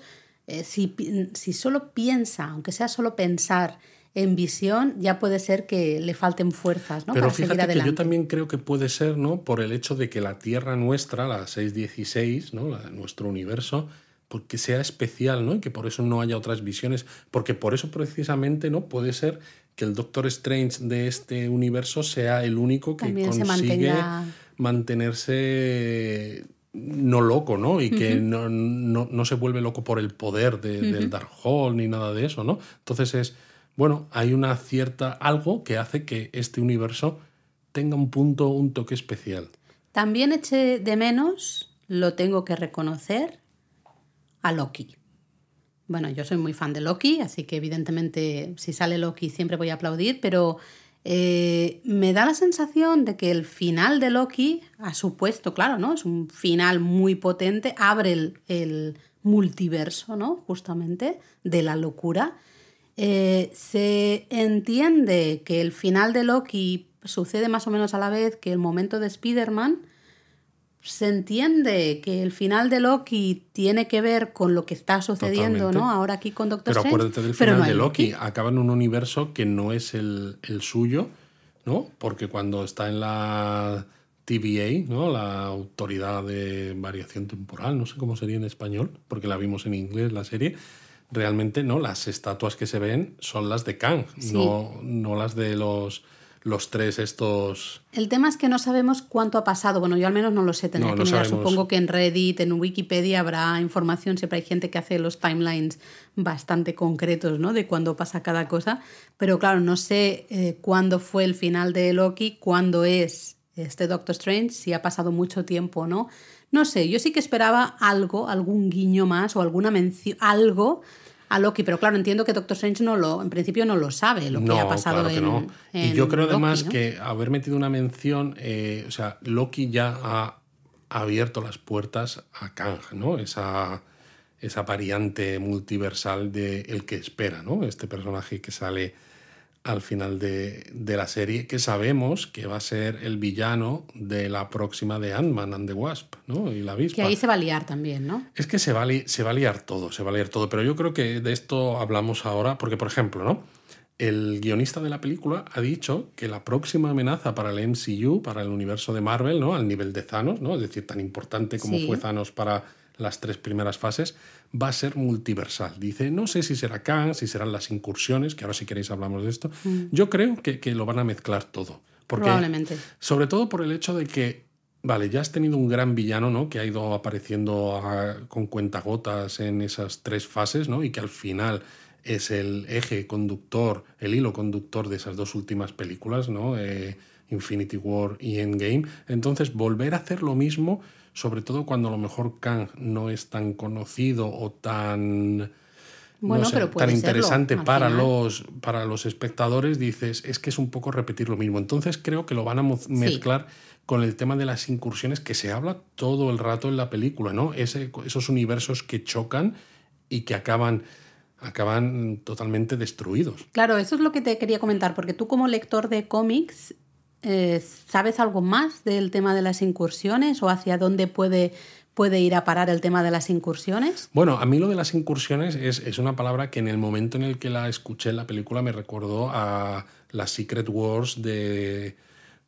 Speaker 2: si solo piensa, aunque sea solo pensar en Visión, ya puede ser que le falten fuerzas, ¿no?
Speaker 1: Pero
Speaker 2: para seguir
Speaker 1: fíjate
Speaker 2: adelante.
Speaker 1: que yo también creo que puede ser, ¿no? Por el hecho de que la Tierra nuestra, la 616, ¿no? Nuestro universo, porque sea especial, ¿no? Y que por eso no haya otras visiones. Porque por eso precisamente, ¿no? Puede ser que el Doctor Strange de este universo sea el único que
Speaker 2: también
Speaker 1: consigue mantenerse no loco, ¿no? Y que no se vuelve loco por el poder del Darkhold ni nada de eso, ¿no? Entonces bueno, hay una cierta... algo que hace que este universo tenga un toque especial.
Speaker 2: También eché de menos, lo tengo que reconocer, a Loki. Bueno, yo soy muy fan de Loki, así que evidentemente si sale Loki siempre voy a aplaudir, pero me da la sensación de que el final de Loki ha supuesto, claro, ¿no? Es un final muy potente, abre el multiverso, ¿no? Justamente, de la locura. Se entiende que el final de Loki sucede más o menos a la vez que el momento de Spider-Man. Se entiende que el final de Loki tiene que ver con lo que está sucediendo,
Speaker 1: Totalmente.
Speaker 2: ¿no? Ahora aquí con Doctor
Speaker 1: Strange. Pero acuérdate del final de Loki. Acaba en un universo que no es el suyo, ¿no? Porque cuando está en la TVA, ¿no? La Autoridad de Variación Temporal, no sé cómo sería en español, porque la vimos en inglés la serie. Realmente no, las estatuas que se ven son las de Kang, sí. no las de los tres estos...
Speaker 2: El tema es que no sabemos cuánto ha pasado. Bueno, yo al menos no lo sé, tendría que mirar. Supongo que en Reddit, en Wikipedia habrá información, siempre hay gente que hace los timelines bastante concretos, ¿no? De cuándo pasa cada cosa, pero claro, no sé cuándo fue el final de Loki, cuándo es este Doctor Strange, si ha pasado mucho tiempo o no. No sé, yo sí que esperaba algún guiño más o alguna mención, algo a Loki, pero claro, entiendo que Doctor Strange en principio no lo sabe, lo que ha pasado
Speaker 1: claro que no.
Speaker 2: en
Speaker 1: Y yo creo además
Speaker 2: Loki, ¿no?
Speaker 1: que haber metido una mención, o sea, Loki ya ha abierto las puertas a Kang, ¿no? Esa variante multiversal de el que espera, ¿no? Este personaje que sale al final de la serie, que sabemos que va a ser el villano de la próxima de Ant-Man and the Wasp, ¿no? Y la avispa.
Speaker 2: Que ahí se va a liar también, ¿no?
Speaker 1: Es que se va a liar todo, pero yo creo que de esto hablamos ahora, porque, por ejemplo, ¿no? El guionista de la película ha dicho que la próxima amenaza para el MCU, para el universo de Marvel, ¿no? Al nivel de Thanos, ¿no? Es decir, tan importante como fue Thanos para las 3 primeras fases, va a ser multiversal. Dice, no sé si será Kang, si serán las incursiones, que ahora si queréis hablamos de esto. Yo creo que lo van a mezclar todo. Porque,
Speaker 2: probablemente.
Speaker 1: Sobre todo por el hecho de que, vale, ya has tenido un gran villano, ¿no? Que ha ido apareciendo con cuentagotas en esas 3 fases, ¿no? Y que al final es el eje conductor, el hilo conductor de esas 2 últimas películas, ¿no? Infinity War y Endgame. Entonces, volver a hacer lo mismo, sobre todo cuando a lo mejor Kang no es tan conocido o tan,
Speaker 2: bueno, no sé, pero
Speaker 1: tan interesante para los espectadores, dices, es que es un poco repetir lo mismo. Entonces creo que lo van a mezclar con el tema de las incursiones, que se habla todo el rato en la película, ¿no? Esos universos que chocan y que acaban totalmente destruidos.
Speaker 2: Claro, eso es lo que te quería comentar, porque tú como lector de cómics, ¿sabes algo más del tema de las incursiones o hacia dónde puede puede ir a parar el tema de las incursiones?
Speaker 1: Bueno, a mí lo de las incursiones es una palabra que en el momento en el que la escuché en la película me recordó a las Secret Wars de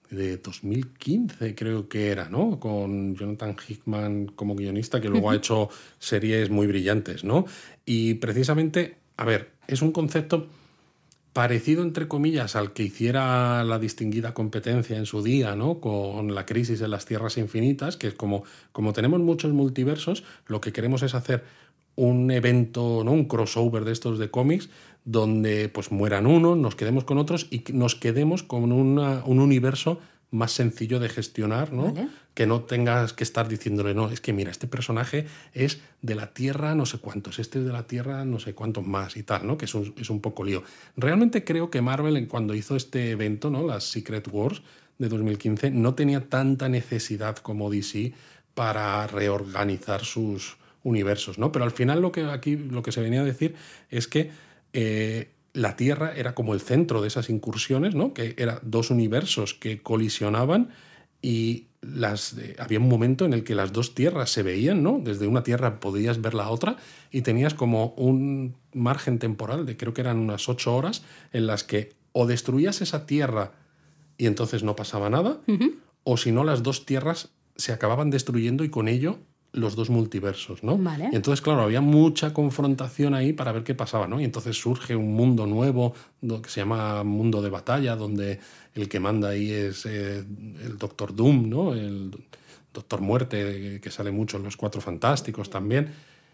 Speaker 1: 2015, creo que era, ¿no? Con Jonathan Hickman como guionista, que luego ha hecho series muy brillantes, ¿no? Y precisamente, a ver, es un concepto parecido, entre comillas, al que hiciera la distinguida competencia en su día, ¿no? Con la crisis de las tierras infinitas, que es como tenemos muchos multiversos, lo que queremos es hacer un evento, ¿no? Un crossover de estos de cómics, donde pues mueran unos, nos quedemos con otros y nos quedemos con un universo más sencillo de gestionar, ¿no?
Speaker 2: Vale.
Speaker 1: Que no tengas que estar diciéndole, no, es que mira, este personaje es de la Tierra no sé cuántos, este es de la Tierra no sé cuántos más y tal, ¿no? Que es un poco lío. Realmente creo que Marvel, cuando hizo este evento, ¿no? Las Secret Wars de 2015, no tenía tanta necesidad como DC para reorganizar sus universos, ¿no? Pero al final lo que se venía a decir es que la Tierra era como el centro de esas incursiones, ¿no? Que eran dos universos que colisionaban y había un momento en el que las dos tierras se veían, ¿no? Desde una tierra podías ver la otra y tenías como un margen temporal de creo que eran unas 8 horas en las que o destruías esa tierra y entonces no pasaba nada, o si no las dos tierras se acababan destruyendo y con ello los dos multiversos, ¿no?
Speaker 2: Vale.
Speaker 1: Y entonces, claro, había mucha confrontación ahí para ver qué pasaba, ¿no? Y entonces surge un mundo nuevo que se llama Mundo de Batalla, donde el que manda ahí es el Doctor Doom, ¿no? El Doctor Muerte, que sale mucho en Los Cuatro Fantásticos también.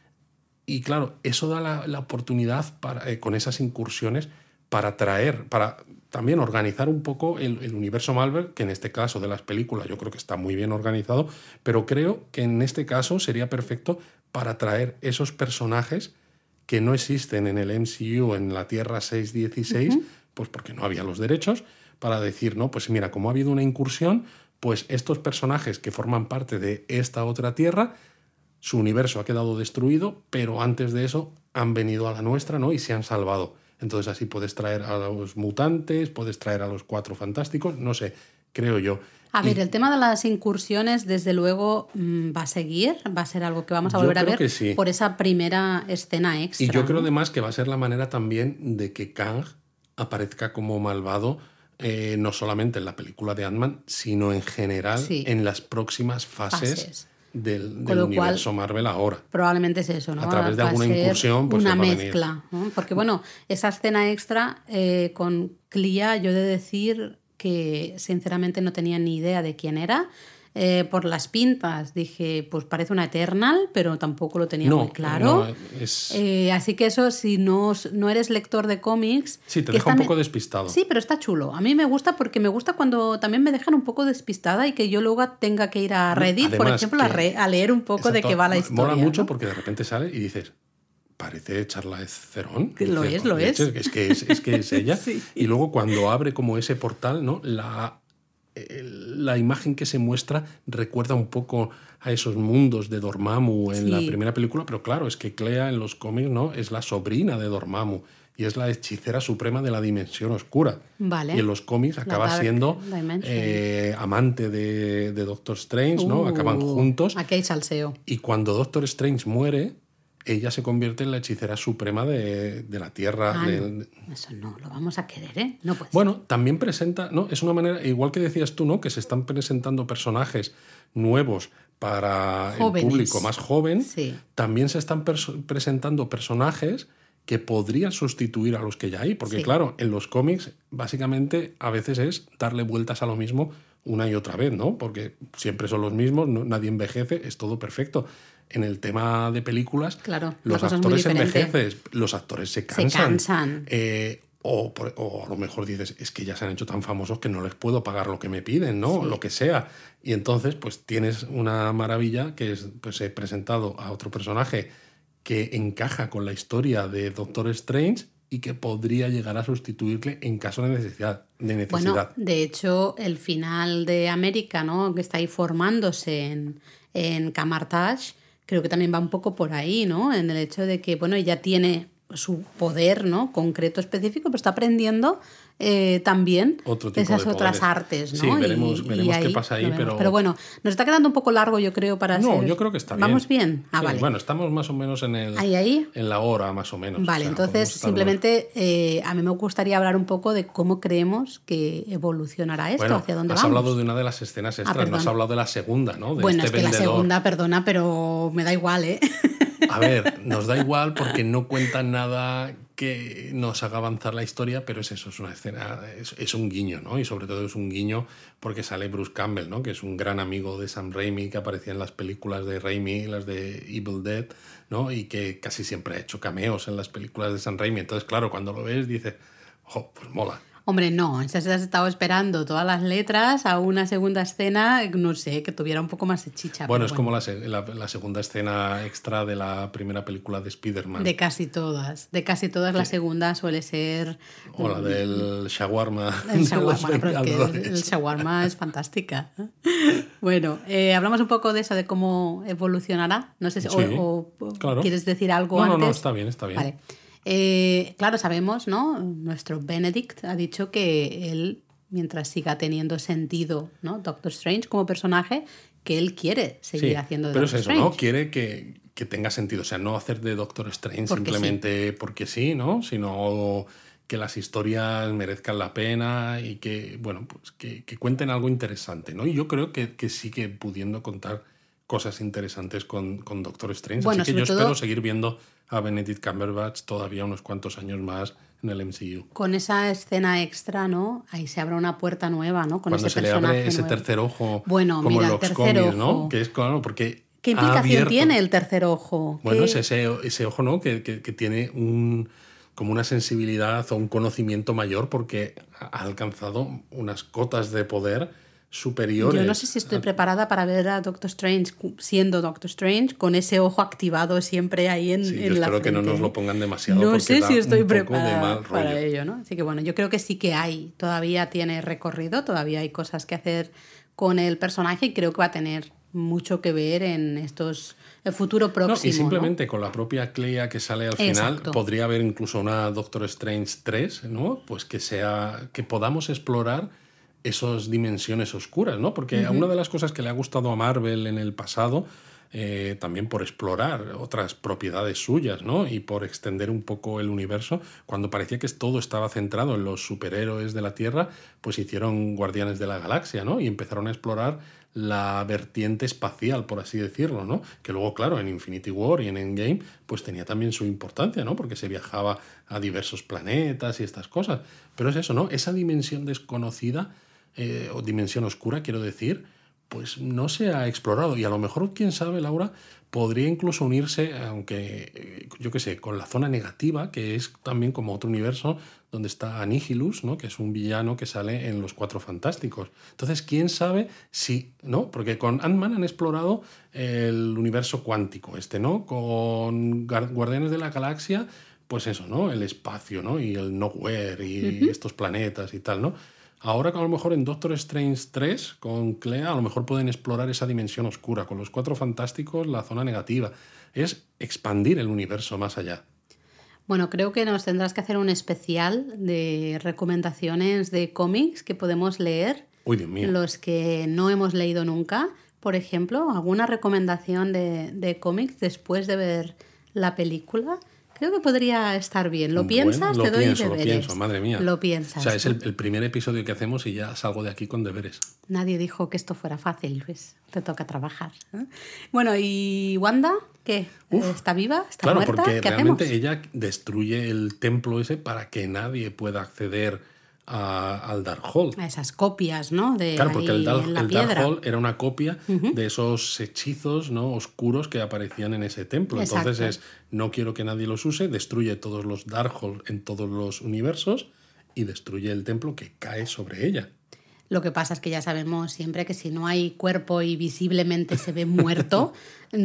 Speaker 1: Y claro, eso da la oportunidad con esas incursiones para también organizar un poco el universo Marvel, que en este caso de las películas yo creo que está muy bien organizado, pero creo que en este caso sería perfecto para traer esos personajes que no existen en el MCU en la Tierra 616, pues porque no había los derechos, para decir, no, pues mira, como ha habido una incursión, pues estos personajes que forman parte de esta otra Tierra, su universo ha quedado destruido, pero antes de eso han venido a la nuestra, ¿no? Y se han salvado. Entonces así puedes traer a los mutantes, puedes traer a los Cuatro Fantásticos, no sé, creo yo.
Speaker 2: A ver, el tema de las incursiones, desde luego, va a seguir, va a ser algo que vamos a volver a ver
Speaker 1: sí.
Speaker 2: por esa primera escena extra.
Speaker 1: Y yo creo
Speaker 2: ¿no?
Speaker 1: además que va a ser la manera también de que Kang aparezca como malvado, no solamente en la película de Ant-Man, sino en general en las próximas fases. Del universo Marvel ahora.
Speaker 2: Probablemente es eso, ¿no?
Speaker 1: A través de alguna incursión, pues
Speaker 2: una mezcla, ¿no? Porque bueno, esa escena extra con Clea, yo he de decir que sinceramente no tenía ni idea de quién era. Por las pintas dije, pues parece una Eternal, pero tampoco lo tenía muy claro. Así que eso, si no eres lector de cómics...
Speaker 1: Sí, te deja un poco despistado.
Speaker 2: Sí, pero está chulo. A mí me gusta porque me gusta cuando también me dejan un poco despistada y que yo luego tenga que ir a Reddit, además, por ejemplo, a leer un poco de qué va la historia.
Speaker 1: Mola mucho,
Speaker 2: ¿no?
Speaker 1: porque de repente sale y dices... Parece Charlize Theron.
Speaker 2: Lo es.
Speaker 1: Es que es ella.
Speaker 2: Sí.
Speaker 1: Y luego cuando abre como ese portal, ¿no? La imagen que se muestra recuerda un poco a esos mundos de Dormammu en la primera película, pero claro, es que Clea en los cómics, ¿no? Es la sobrina de Dormammu y es la hechicera suprema de la dimensión oscura.
Speaker 2: Vale.
Speaker 1: Y en los cómics acaba siendo amante de Doctor Strange, ¿no? Acaban juntos.
Speaker 2: Aquí hay salseo.
Speaker 1: Y cuando Doctor Strange muere, ella se convierte en la hechicera suprema de la Tierra.
Speaker 2: Eso no, lo vamos a querer, ¿eh? No puede
Speaker 1: Bueno, también presenta, ¿no? Es una manera, igual que decías tú, ¿no? Que se están presentando personajes nuevos para el público más joven.
Speaker 2: Sí.
Speaker 1: También se están presentando personajes que podrían sustituir a los que ya hay. Porque, claro, en los cómics, básicamente, a veces es darle vueltas a lo mismo una y otra vez, ¿no? Porque siempre son los mismos, nadie envejece, es todo perfecto. En el tema de películas,
Speaker 2: claro,
Speaker 1: los actores envejecen, los actores se cansan. O a lo mejor dices, es que ya se han hecho tan famosos que no les puedo pagar lo que me piden, ¿no? Sí. Lo que sea. Y entonces, pues tienes una maravilla que es, pues he presentado a otro personaje que encaja con la historia de Doctor Strange y que podría llegar a sustituirle en caso de necesidad.
Speaker 2: Bueno, de hecho, el final de América, ¿no? Que está ahí formándose en Camartage, creo que también va un poco por ahí, ¿no? En el hecho de que, bueno, ella tiene su poder, ¿no? Concreto, específico, pero está aprendiendo también
Speaker 1: Otro tipo
Speaker 2: esas
Speaker 1: de
Speaker 2: otras
Speaker 1: poderes.
Speaker 2: artes, ¿no?
Speaker 1: Sí, veremos qué
Speaker 2: ahí
Speaker 1: pasa ahí,
Speaker 2: lo veremos.
Speaker 1: pero...
Speaker 2: Pero bueno, nos está quedando un poco largo, yo creo, para
Speaker 1: No,
Speaker 2: ser...
Speaker 1: yo creo que está bien.
Speaker 2: ¿Vamos bien? Ah,
Speaker 1: Sí,
Speaker 2: vale.
Speaker 1: bueno, estamos más o menos en
Speaker 2: Ahí.
Speaker 1: en la hora, más o menos.
Speaker 2: Vale,
Speaker 1: O sea,
Speaker 2: entonces
Speaker 1: podemos estar
Speaker 2: simplemente a mí me gustaría hablar un poco de cómo creemos que evolucionará esto,
Speaker 1: Bueno,
Speaker 2: hacia dónde
Speaker 1: has
Speaker 2: vamos.
Speaker 1: hablado de una de las escenas extras, no has
Speaker 2: perdón.
Speaker 1: hablado de la segunda, ¿no? De
Speaker 2: Bueno,
Speaker 1: este
Speaker 2: es que
Speaker 1: vendedor.
Speaker 2: la segunda, perdona, pero me da igual, ¿eh?
Speaker 1: A ver, nos da igual porque no cuentan nada que nos haga avanzar la historia, pero es eso, es una escena, es un guiño, ¿no? Y sobre todo es un guiño porque sale Bruce Campbell, ¿no? Que es un gran amigo de Sam Raimi, que aparecía en las películas de Raimi, las de Evil Dead, ¿no? Y que casi siempre ha hecho cameos en las películas de Sam Raimi. Entonces, claro, cuando lo ves dices, ¡jo, pues mola!
Speaker 2: Hombre, no, has estado esperando todas las letras a una segunda escena, no sé, que tuviera un poco más de chicha.
Speaker 1: Bueno, es como la segunda escena extra de la primera película de Spider-Man.
Speaker 2: De casi todas la segunda suele ser...
Speaker 1: O la del shawarma.
Speaker 2: El shawarma, pero es que el shawarma es fantástica. Bueno, hablamos un poco de eso, de cómo evolucionará. No sé si
Speaker 1: Sí, claro.
Speaker 2: quieres decir algo antes.
Speaker 1: No, está bien, está bien.
Speaker 2: Vale. Claro, sabemos, ¿no? Nuestro Benedict ha dicho que él, mientras siga teniendo sentido, ¿no? Doctor Strange como personaje, que él quiere seguir haciendo de
Speaker 1: pero
Speaker 2: Doctor
Speaker 1: es eso,
Speaker 2: Strange.
Speaker 1: ¿no? Quiere que tenga sentido. O sea, no hacer de Doctor Strange
Speaker 2: Porque
Speaker 1: simplemente porque sí, ¿no? Sino que las historias merezcan la pena y que, bueno, pues que cuenten algo interesante, ¿no? Y yo creo que sigue pudiendo contar cosas interesantes con Doctor Strange.
Speaker 2: Bueno,
Speaker 1: así que yo
Speaker 2: sobre todo,
Speaker 1: espero seguir viendo a Benedict Cumberbatch todavía unos cuantos años más en el MCU.
Speaker 2: con esa escena extra, ¿no? Ahí se abre una puerta nueva, ¿no? Con
Speaker 1: Cuando
Speaker 2: ese
Speaker 1: se le
Speaker 2: personaje
Speaker 1: abre ese
Speaker 2: nuevo.
Speaker 1: tercer ojo,
Speaker 2: Bueno,
Speaker 1: como
Speaker 2: mira,
Speaker 1: en
Speaker 2: el
Speaker 1: los
Speaker 2: tercer
Speaker 1: cómics,
Speaker 2: ojo.
Speaker 1: ¿no? Que es claro, porque
Speaker 2: ¿Qué implicación tiene el tercer ojo?
Speaker 1: Bueno, es ese ojo, ¿no? Que tiene como una sensibilidad o un conocimiento mayor porque ha alcanzado unas cotas de poder superiores.
Speaker 2: Yo no sé si estoy preparada para ver a Doctor Strange siendo Doctor Strange con ese ojo activado siempre ahí en,
Speaker 1: Sí,
Speaker 2: en
Speaker 1: yo
Speaker 2: la
Speaker 1: espero
Speaker 2: frente.
Speaker 1: que no nos lo pongan demasiado.
Speaker 2: No
Speaker 1: porque
Speaker 2: sé
Speaker 1: da
Speaker 2: si estoy
Speaker 1: un poco de
Speaker 2: preparada
Speaker 1: mal
Speaker 2: para
Speaker 1: rollo.
Speaker 2: ello, ¿no? Así que bueno, yo creo que sí que todavía tiene recorrido, todavía hay cosas que hacer con el personaje y creo que va a tener mucho que ver en el futuro próximo.
Speaker 1: No, y simplemente con la propia Clea que sale al final,
Speaker 2: Exacto.
Speaker 1: podría haber incluso una Doctor Strange 3, ¿no? Pues que podamos explorar esas dimensiones oscuras, ¿no? Porque una de las cosas que le ha gustado a Marvel en el pasado, también por explorar otras propiedades suyas, ¿no? Y por extender un poco el universo, cuando parecía que todo estaba centrado en los superhéroes de la Tierra, pues hicieron Guardianes de la Galaxia, ¿no? Y empezaron a explorar la vertiente espacial, por así decirlo, ¿no? Que luego, claro, en Infinity War y en Endgame, pues tenía también su importancia, ¿no? Porque se viajaba a diversos planetas y estas cosas. Pero es eso, ¿no? Esa dimensión desconocida, o dimensión oscura, quiero decir, pues no se ha explorado. Y a lo mejor, quién sabe, Laura, podría incluso unirse, aunque, yo qué sé, con la zona negativa, que es también como otro universo, donde está Annihilus, ¿no? Que es un villano que sale en Los Cuatro Fantásticos. Entonces, quién sabe si, ¿no? Porque con Ant-Man han explorado el universo cuántico, ¿no? Con Guardianes de la Galaxia, pues eso, ¿no? El espacio, ¿no? Y el nowhere y estos planetas y tal, ¿no? Ahora que a lo mejor en Doctor Strange 3, con Clea, a lo mejor pueden explorar esa dimensión oscura. Con Los Cuatro Fantásticos, la zona negativa. Es expandir el universo más allá.
Speaker 2: Bueno, creo que nos tendrás que hacer un especial de recomendaciones de cómics que podemos leer.
Speaker 1: Uy, Dios mío.
Speaker 2: Los que no hemos leído nunca. Por ejemplo, alguna recomendación de cómics después de ver la película. Creo que podría estar bien. ¿Lo piensas?
Speaker 1: Bueno,
Speaker 2: te doy
Speaker 1: lo
Speaker 2: deberes.
Speaker 1: pienso, madre mía.
Speaker 2: Lo piensas.
Speaker 1: O sea, es
Speaker 2: ¿no?
Speaker 1: el primer episodio que hacemos y ya salgo de aquí con deberes.
Speaker 2: Nadie dijo que esto fuera fácil, Luis. Te toca trabajar. ¿eh? Bueno, ¿y Wanda? ¿Qué? ¿Está viva? ¿Está
Speaker 1: claro,
Speaker 2: muerta?
Speaker 1: porque
Speaker 2: ¿Qué
Speaker 1: realmente
Speaker 2: hacemos?
Speaker 1: ella destruye el templo ese para que nadie pueda acceder al Darkhold.
Speaker 2: A esas copias, ¿no? De
Speaker 1: Claro, porque
Speaker 2: ahí en la piedra.
Speaker 1: Darkhold era una copia de esos hechizos, ¿no? Oscuros que aparecían en ese templo.
Speaker 2: Exacto.
Speaker 1: Entonces no quiero que nadie los use, destruye todos los Darkhold en todos los universos y destruye el templo que cae sobre ella.
Speaker 2: Lo que pasa es que ya sabemos siempre que si no hay cuerpo y visiblemente se ve muerto,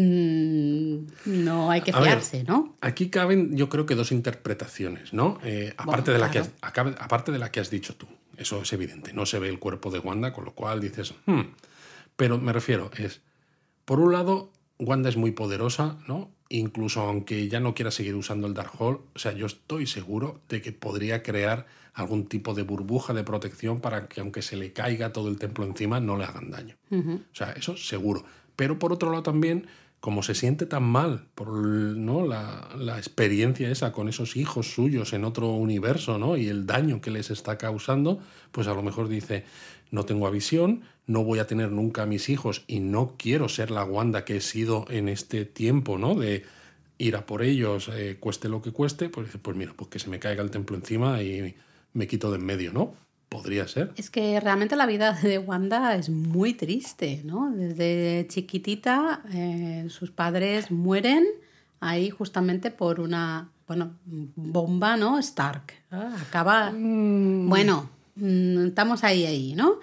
Speaker 2: no hay que fiarse, ¿no?
Speaker 1: Aquí caben, yo creo que dos interpretaciones, ¿no? Aparte,
Speaker 2: Bueno,
Speaker 1: aparte de la que has dicho tú. Eso es evidente. No se ve el cuerpo de Wanda, con lo cual dices... Pero me refiero, por un lado, Wanda es muy poderosa, ¿no? incluso aunque ya no quiera seguir usando el Darkhold, o sea, yo estoy seguro de que podría crear algún tipo de burbuja de protección para que aunque se le caiga todo el templo encima, no le hagan daño. O sea, eso seguro. Pero por otro lado también, como se siente tan mal por, ¿no?, la experiencia esa con esos hijos suyos en otro universo, ¿no?, y el daño que les está causando, pues a lo mejor dice, no tengo a Visión, no voy a tener nunca a mis hijos y no quiero ser la Wanda que he sido en este tiempo, ¿no?, de ir a por ellos, cueste lo que cueste, pues dice, pues mira, pues que se me caiga el templo encima y me quito de en medio, ¿no? Podría ser.
Speaker 2: Es que realmente la vida de Wanda es muy triste, ¿no? Desde chiquitita sus padres mueren ahí justamente por una, bueno, bomba, ¿no? Stark. Acaba... Bueno, estamos ahí, ¿no?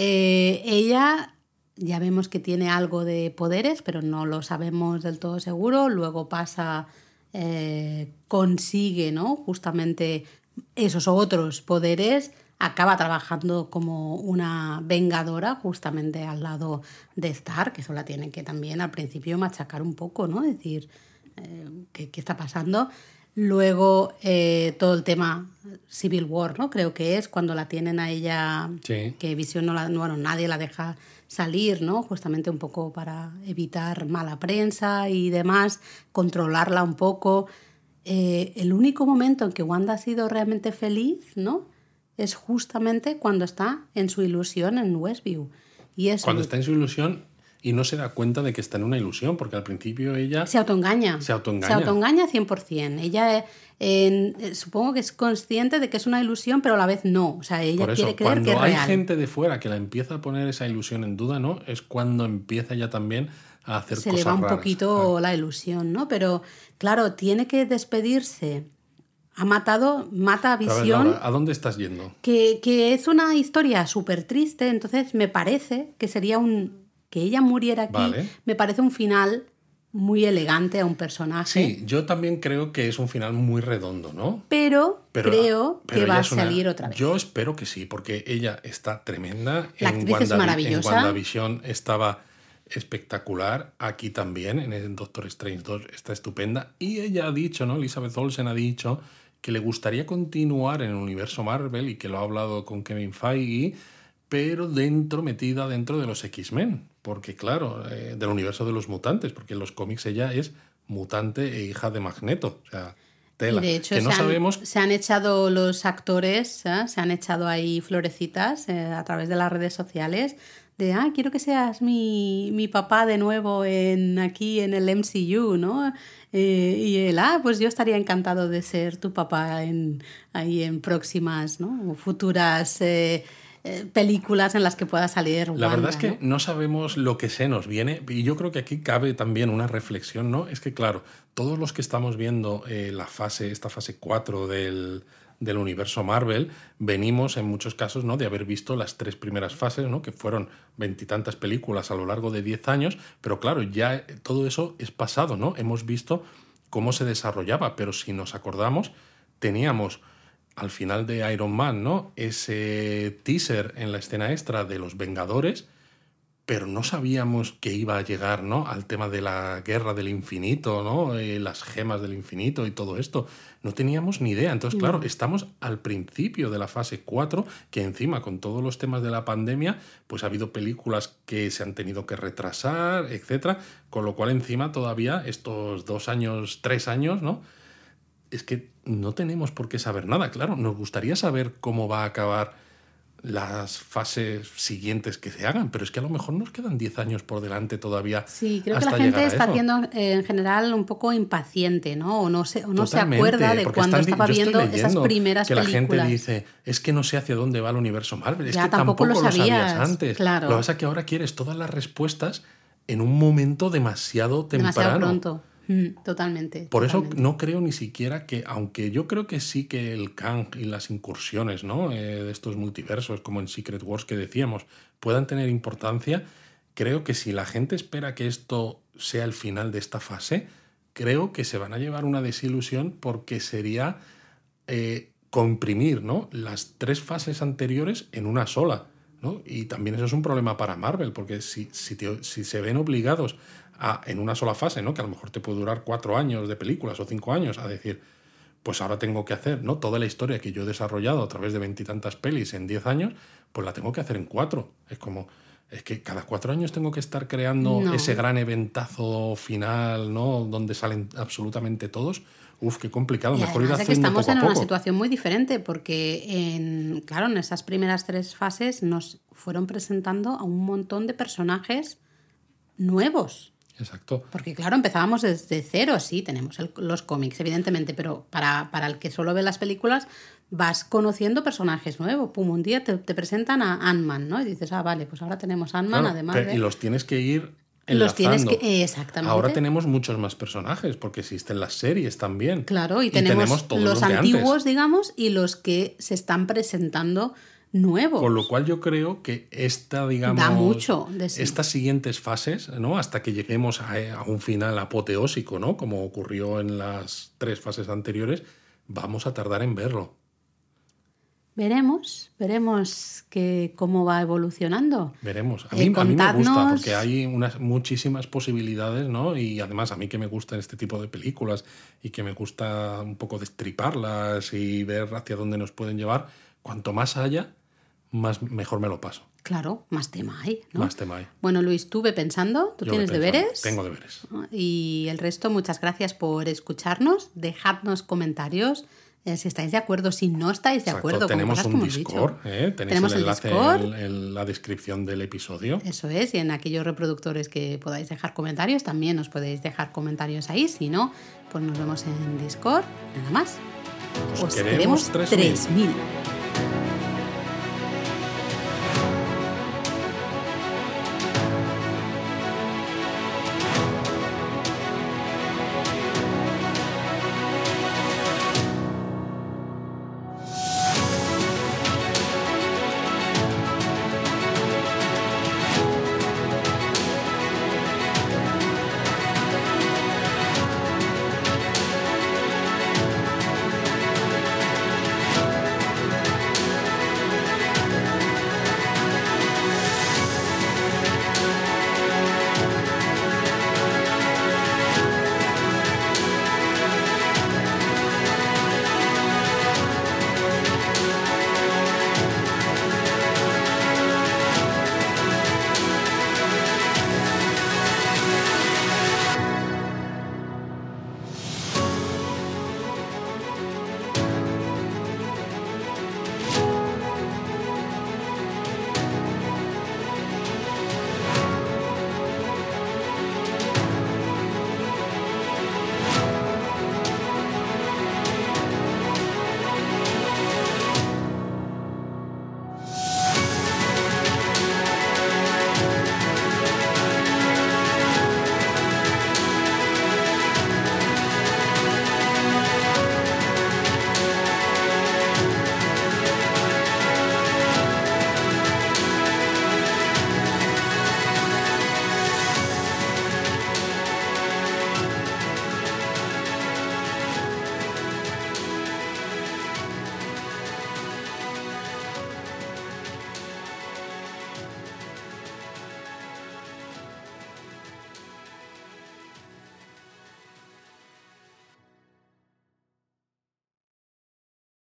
Speaker 2: Ella ya vemos que tiene algo de poderes, pero no lo sabemos del todo seguro. Luego pasa, consigue, ¿no?, justamente esos otros poderes, acaba trabajando como una vengadora justamente al lado de Stark, que eso la tienen que también al principio machacar un poco, ¿no? Decir, ¿qué está pasando? Luego todo el tema Civil War, ¿no? Creo que es cuando la tienen a ella,
Speaker 1: sí,
Speaker 2: que Visión bueno, nadie la deja salir, ¿no? Justamente un poco para evitar mala prensa y demás, controlarla un poco. El único momento en que Wanda ha sido realmente feliz, ¿no?, es justamente cuando está en su ilusión en Westview. Y eso,
Speaker 1: cuando está en su ilusión y no se da cuenta de que está en una ilusión, porque al principio ella...
Speaker 2: Se autoengaña.
Speaker 1: Se autoengaña.
Speaker 2: Se autoengaña 100%. Ella supongo que es consciente de que es una ilusión, pero a la vez no. O sea, ella
Speaker 1: Por eso,
Speaker 2: quiere creer que es
Speaker 1: cuando hay
Speaker 2: real.
Speaker 1: gente de fuera que la empieza a poner esa ilusión en duda, ¿no?, es cuando empieza ya también a hacer
Speaker 2: Se
Speaker 1: cosas
Speaker 2: le va un
Speaker 1: raras.
Speaker 2: poquito la ilusión, ¿no? Pero, claro, tiene que despedirse. Mata a
Speaker 1: Pero a ver,
Speaker 2: Visión.
Speaker 1: Laura, ¿a dónde estás yendo?
Speaker 2: Que es una historia súper triste, entonces me parece que sería que ella muriera aquí,
Speaker 1: Vale.
Speaker 2: me parece un final muy elegante a un personaje.
Speaker 1: Sí, yo también creo que es un final muy redondo, ¿no?
Speaker 2: Pero creo que
Speaker 1: ella
Speaker 2: va a
Speaker 1: es una...
Speaker 2: salir otra vez.
Speaker 1: Yo espero que sí, porque ella está tremenda.
Speaker 2: La actriz es maravillosa.
Speaker 1: En WandaVision estaba espectacular. Aquí también, en el Doctor Strange 2, está estupenda. Y ella ha dicho, ¿no?, Elizabeth Olsen ha dicho que le gustaría continuar en el universo Marvel y que lo ha hablado con Kevin Feige, pero metida dentro de los X-Men. Porque, claro, del universo de los mutantes, porque en los cómics ella es mutante e hija de Magneto. O sea, tela.
Speaker 2: Y de hecho
Speaker 1: que no sabemos...
Speaker 2: se han echado los actores, se han echado ahí florecitas a través de las redes sociales de, quiero que seas mi papá de nuevo aquí en el MCU, ¿no? Y él, pues yo estaría encantado de ser tu papá ahí en próximas, ¿no?, futuras películas en las que pueda salir Wanda.
Speaker 1: La verdad es que no sabemos lo que se nos viene, y yo creo que aquí cabe también una reflexión, ¿no? Es que, claro, todos los que estamos viendo esta fase 4 del universo Marvel, venimos en muchos casos, ¿no?, de haber visto las 3 primeras fases, ¿no?, que fueron 20 y tantas películas a lo largo de 10 años, pero claro, ya todo eso es pasado, ¿no? Hemos visto cómo se desarrollaba, pero si nos acordamos, teníamos al final de Iron Man, ¿no?, ese teaser en la escena extra de los Vengadores, pero no sabíamos que iba a llegar, ¿no?, al tema de la guerra del infinito, ¿no?, las gemas del infinito y todo esto. No teníamos ni idea. Entonces, claro, estamos al principio de la fase 4, que encima con todos los temas de la pandemia, pues ha habido películas que se han tenido que retrasar, etcétera, con lo cual encima todavía estos 2 años, 3 años, ¿no?, es que no tenemos por qué saber nada. Claro, nos gustaría saber cómo va a acabar las fases siguientes que se hagan, pero es que a lo mejor nos quedan 10 años por delante todavía.
Speaker 2: Sí, creo que la gente está siendo en general un poco impaciente, ¿no? O no se acuerda de cuando estaba viendo esas primeras películas.
Speaker 1: Que la gente dice, es que no sé hacia dónde va el universo Marvel, es
Speaker 2: ya,
Speaker 1: que tampoco lo sabías antes.
Speaker 2: Claro.
Speaker 1: Lo que pasa es que ahora quieres todas las respuestas en un momento demasiado temprano.
Speaker 2: Demasiado pronto. Totalmente.
Speaker 1: Por eso no creo ni siquiera que, aunque yo creo que sí que el Kang y las incursiones, ¿no?, de estos multiversos, como en Secret Wars que decíamos, puedan tener importancia, creo que si la gente espera que esto sea el final de esta fase, creo que se van a llevar una desilusión, porque sería comprimir, ¿no?, las 3 fases anteriores en una sola, ¿no? Y también eso es un problema para Marvel, porque si se ven obligados en una sola fase, ¿no? Que a lo mejor te puede durar 4 años de películas o 5 años, a decir, pues ahora tengo que hacer, ¿no? Toda la historia que yo he desarrollado a través de 20 y tantas pelis en 10 años, pues la tengo que hacer en 4. Es que cada 4 años tengo que estar creando ese gran eventazo final, ¿no? Donde salen absolutamente todos. Uf, qué complicado. Mejor ir haciendo poco a poco.
Speaker 2: Es que estamos en una situación muy diferente porque, en esas primeras 3 fases nos fueron presentando a un montón de personajes nuevos.
Speaker 1: Exacto.
Speaker 2: Porque, claro, empezábamos desde cero, sí, tenemos los cómics, evidentemente, pero para el que solo ve las películas vas conociendo personajes nuevos. Pum, un día te presentan a Ant-Man, ¿no? Y dices, vale, pues ahora tenemos Ant-Man,
Speaker 1: claro,
Speaker 2: además de...
Speaker 1: Y los tienes que ir enlazando.
Speaker 2: Los tienes que... Exactamente.
Speaker 1: Ahora tenemos muchos más personajes, porque existen las series también.
Speaker 2: Claro, y tenemos
Speaker 1: todos
Speaker 2: los antiguos, digamos, y los que se están presentando nuevos.
Speaker 1: Con lo cual yo creo que
Speaker 2: da mucho de sí.
Speaker 1: Estas siguientes fases, ¿no? Hasta que lleguemos a un final apoteósico, ¿no? Como ocurrió en las 3 fases anteriores, vamos a tardar en verlo.
Speaker 2: Veremos cómo va evolucionando.
Speaker 1: Veremos. A mí me gusta, porque hay muchísimas posibilidades, ¿no? Y además a mí que me gustan este tipo de películas y que me gusta un poco destriparlas y ver hacia dónde nos pueden llevar, cuanto más haya, mejor me lo paso.
Speaker 2: Claro, más tema hay, ¿no?
Speaker 1: Más tema hay.
Speaker 2: Bueno, Luis, tú ve pensando, ¿tú tienes deberes?
Speaker 1: Tengo deberes.
Speaker 2: Y el resto, muchas gracias por escucharnos. Dejadnos comentarios si estáis de acuerdo, si no estáis de acuerdo.
Speaker 1: Tenemos un Discord, tenéis el enlace en la descripción del episodio.
Speaker 2: Eso es, y en aquellos reproductores que podáis dejar comentarios, también os podéis dejar comentarios ahí. Si no, pues nos vemos en Discord. Nada más. Os queremos 3000.